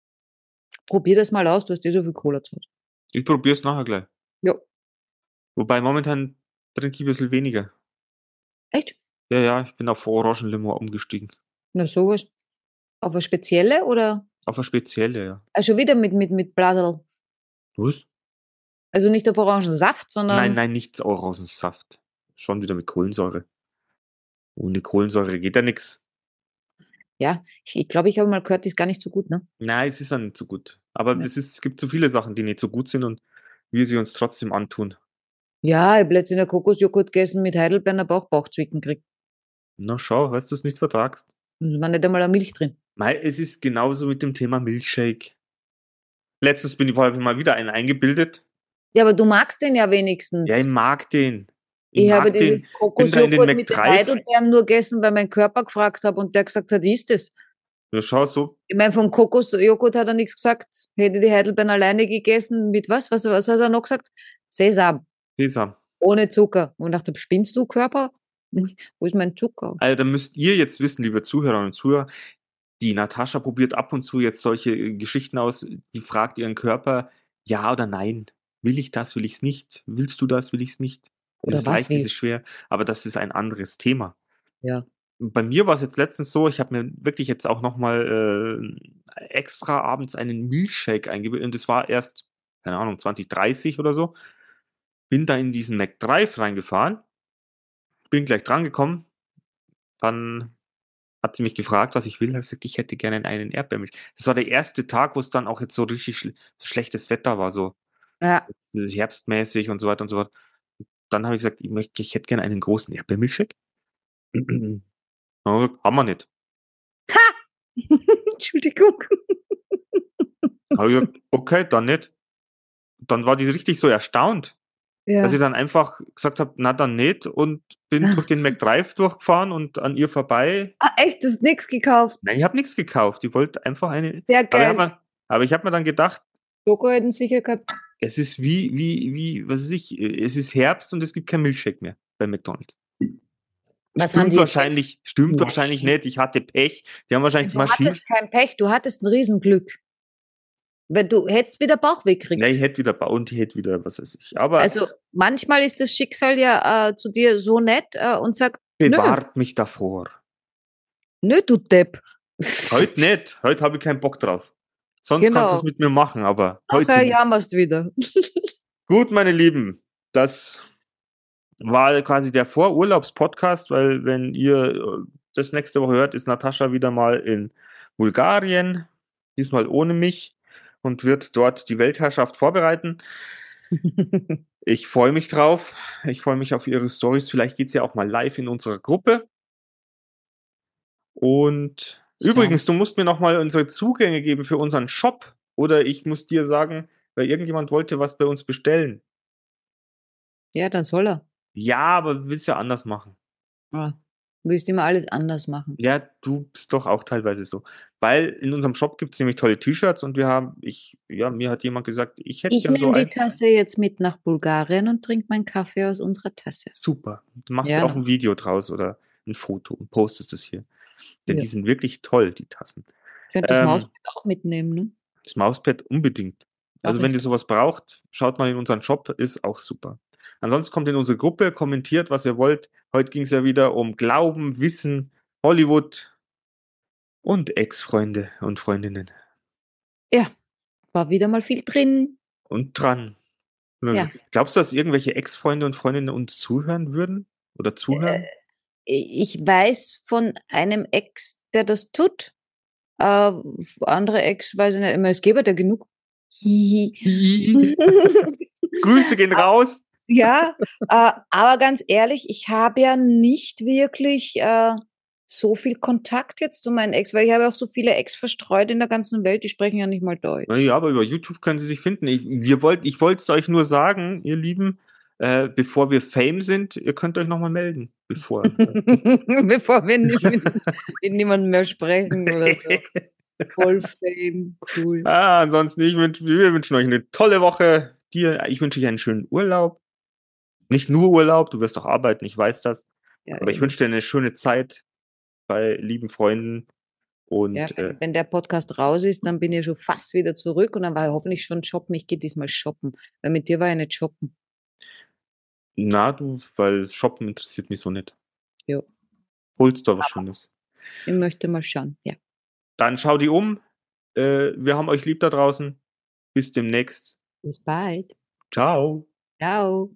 Probier das mal aus, du hast eh so viel Cola zu Hause. Ich probier's nachher gleich. Ja. Wobei momentan trinke ich ein bisschen weniger. Echt? Ja, ich bin auf Orangenlimo umgestiegen. Na sowas. Auf eine spezielle oder Auf eine spezielle, ja. schon wieder mit Blaserl? Was? Also nicht auf Orangensaft, sondern Nein, nicht Orangensaft. Schon wieder mit Kohlensäure. Ohne Kohlensäure geht ja nix. ja, ich glaube, ich habe mal gehört, die ist gar nicht so gut, ne? Nein, es ist dann nicht so gut. Aber Ja. es gibt so viele Sachen, die nicht so gut sind und wir sie uns trotzdem antun. Ja, ich habe letztens einen Kokosjoghurt gegessen mit Heidelbeeren, habe auch Bauchzwicken gekriegt. Na schau, weißt du es nicht vertragst. Und es war nicht einmal eine Milch drin. Mei, es ist genauso mit dem Thema Milchshake. Letztens habe ich mal wieder einen eingebildet. Ja, aber du magst den ja Ja, ich wenigstens. mag den. Ich Ich habe mag den. dieses Bin da in den Kokosjoghurt mit den McDrive. Heidelbeeren nur gegessen, weil mein Körper gefragt hat und der gesagt hat, ist es. Ja, schau so. Ich meine, vom Kokosjoghurt hat er nichts gesagt. Hätte die Heidelbeeren alleine gegessen mit was? Was hat er noch gesagt? Sesam, Sesam. ohne Zucker. Und ich dachte, spinnst du, Körper? Wo ist mein Zucker? Also, da müsst ihr jetzt wissen, liebe Zuhörerinnen und Zuhörer, die Natascha probiert ab und zu jetzt solche Geschichten aus, die fragt ihren Körper, ja oder nein. Will ich das, will ich es nicht? Willst du das, will ich es nicht? Oder Ist es was leicht, ist will? es schwer? Aber das ist ein anderes Thema. Ja. Bei mir war es jetzt letztens so, ich habe mir wirklich jetzt auch nochmal extra abends einen Milchshake eingebildet und das war erst, keine Ahnung, 20:30 oder so. Bin da in diesen McDrive reingefahren, bin gleich drangekommen, dann hat sie mich gefragt, was ich will. Habe ich gesagt, ich hätte gerne einen Erdbeermilch. Das war der erste Tag, wo es dann auch jetzt so richtig so schlechtes Wetter war, so Ja. herbstmäßig und so weiter und so fort. Dann habe ich gesagt, ich hätte gerne einen großen Erdbeermilchshake. Ja, haben wir nicht. Entschuldigung. Habe ich gesagt, okay, dann nicht. Dann war die richtig so erstaunt, dass ich Ja. dann einfach gesagt habe, na dann nicht und bin durch den McDrive durchgefahren und an ihr vorbei. Echt, du hast nichts gekauft. Nein, ich habe nichts gekauft. Die wollte einfach eine. Sehr geil. Aber ich habe mir dann gedacht, Schoko hätten sicher gehabt. es ist was weiß ich, es ist Herbst und es gibt kein Milchshake mehr bei McDonald's. Was haben die jetzt? Stimmt Nein. wahrscheinlich nicht. Ich hatte Pech. Die haben wahrscheinlich die Du Maschine. hattest kein Pech, du hattest ein Riesenglück. Weil du hättest wieder Bauchweh gekriegt. Nein, ich hätte wieder und ich hätte wieder, was weiß ich. Aber Also manchmal ist das Schicksal ja zu dir so nett und sagt, bewahrt mich davor. nö, du Depp. Heute nicht. Heute habe ich keinen Bock drauf. Sonst kannst du es Genau. mit mir machen, aber heute Nachher nicht. jammerst wieder. Gut, meine Lieben, das war quasi der Vorurlaubspodcast, weil wenn ihr das nächste Woche hört, ist Natascha wieder mal in Bulgarien, diesmal ohne mich und wird dort die Weltherrschaft vorbereiten. Ich freue mich drauf. Ich freue mich auf ihre Stories. Vielleicht geht es ja auch mal live in unserer Gruppe. Und übrigens, du musst mir noch mal unsere Zugänge geben für unseren Shop. Oder ich muss dir sagen, weil irgendjemand wollte was bei uns bestellen. Ja, dann soll er. Ja, aber willst ja anders machen. Ah. Du willst immer alles anders machen. Ja, du bist doch auch teilweise so. Weil in unserem Shop gibt es nämlich tolle T-Shirts und mir hat jemand gesagt, ich hätte Ich gern so nehme die eins. Tasse jetzt mit nach Bulgarien und trinke meinen Kaffee aus unserer Tasse. Super. Du machst Ja. auch ein Video draus oder ein Foto und postest es hier. Denn Ja. die sind wirklich toll, die Tassen. Könnt das Ähm, Mauspad auch mitnehmen, ne? Das Mauspad unbedingt. Also Mach wenn ich. ihr sowas braucht, schaut mal in unseren Shop, ist auch super. Ansonsten kommt in unsere Gruppe, kommentiert, was ihr wollt. Heute ging es ja wieder um Glauben, Wissen, Hollywood und Ex-Freunde und Freundinnen. Ja, war wieder mal viel drin. Und dran. Ja. Glaubst du, dass irgendwelche Ex-Freunde und Freundinnen uns zuhören würden? Oder zuhören? Ich weiß von einem Ex, der das tut. Andere Ex weiß ich nicht immer. Es gäbe da genug. Grüße gehen raus. Ja, aber ganz ehrlich, ich habe ja nicht wirklich so viel Kontakt jetzt zu meinen Ex, weil ich habe auch so viele Ex verstreut in der ganzen Welt, die sprechen ja nicht mal Deutsch. Naja, aber über YouTube können sie sich finden. Ich wollte es euch nur sagen, ihr Lieben, bevor wir Fame sind, ihr könnt euch nochmal melden. Bevor wir mit niemandem mehr sprechen oder so. Voll Fame, cool. Ansonsten, wir wünschen euch eine tolle Woche. Ich wünsche euch einen schönen Urlaub. Nicht nur Urlaub, du wirst auch arbeiten, ich weiß das. Ja, aber ich wünsche dir eine schöne Zeit bei lieben Freunden. Und ja, wenn der Podcast raus ist, dann bin ich schon fast wieder zurück und dann war ich hoffentlich schon shoppen. Ich gehe diesmal shoppen, weil mit dir war ich nicht shoppen. weil Shoppen interessiert mich so nicht. Jo. Holst du was Schönes. Ich möchte mal schauen, ja. Dann schau die um. Wir haben euch lieb da draußen. Bis demnächst. Bis bald. Ciao. Ciao.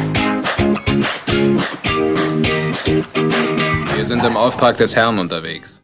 Wir sind im Auftrag des Herrn unterwegs.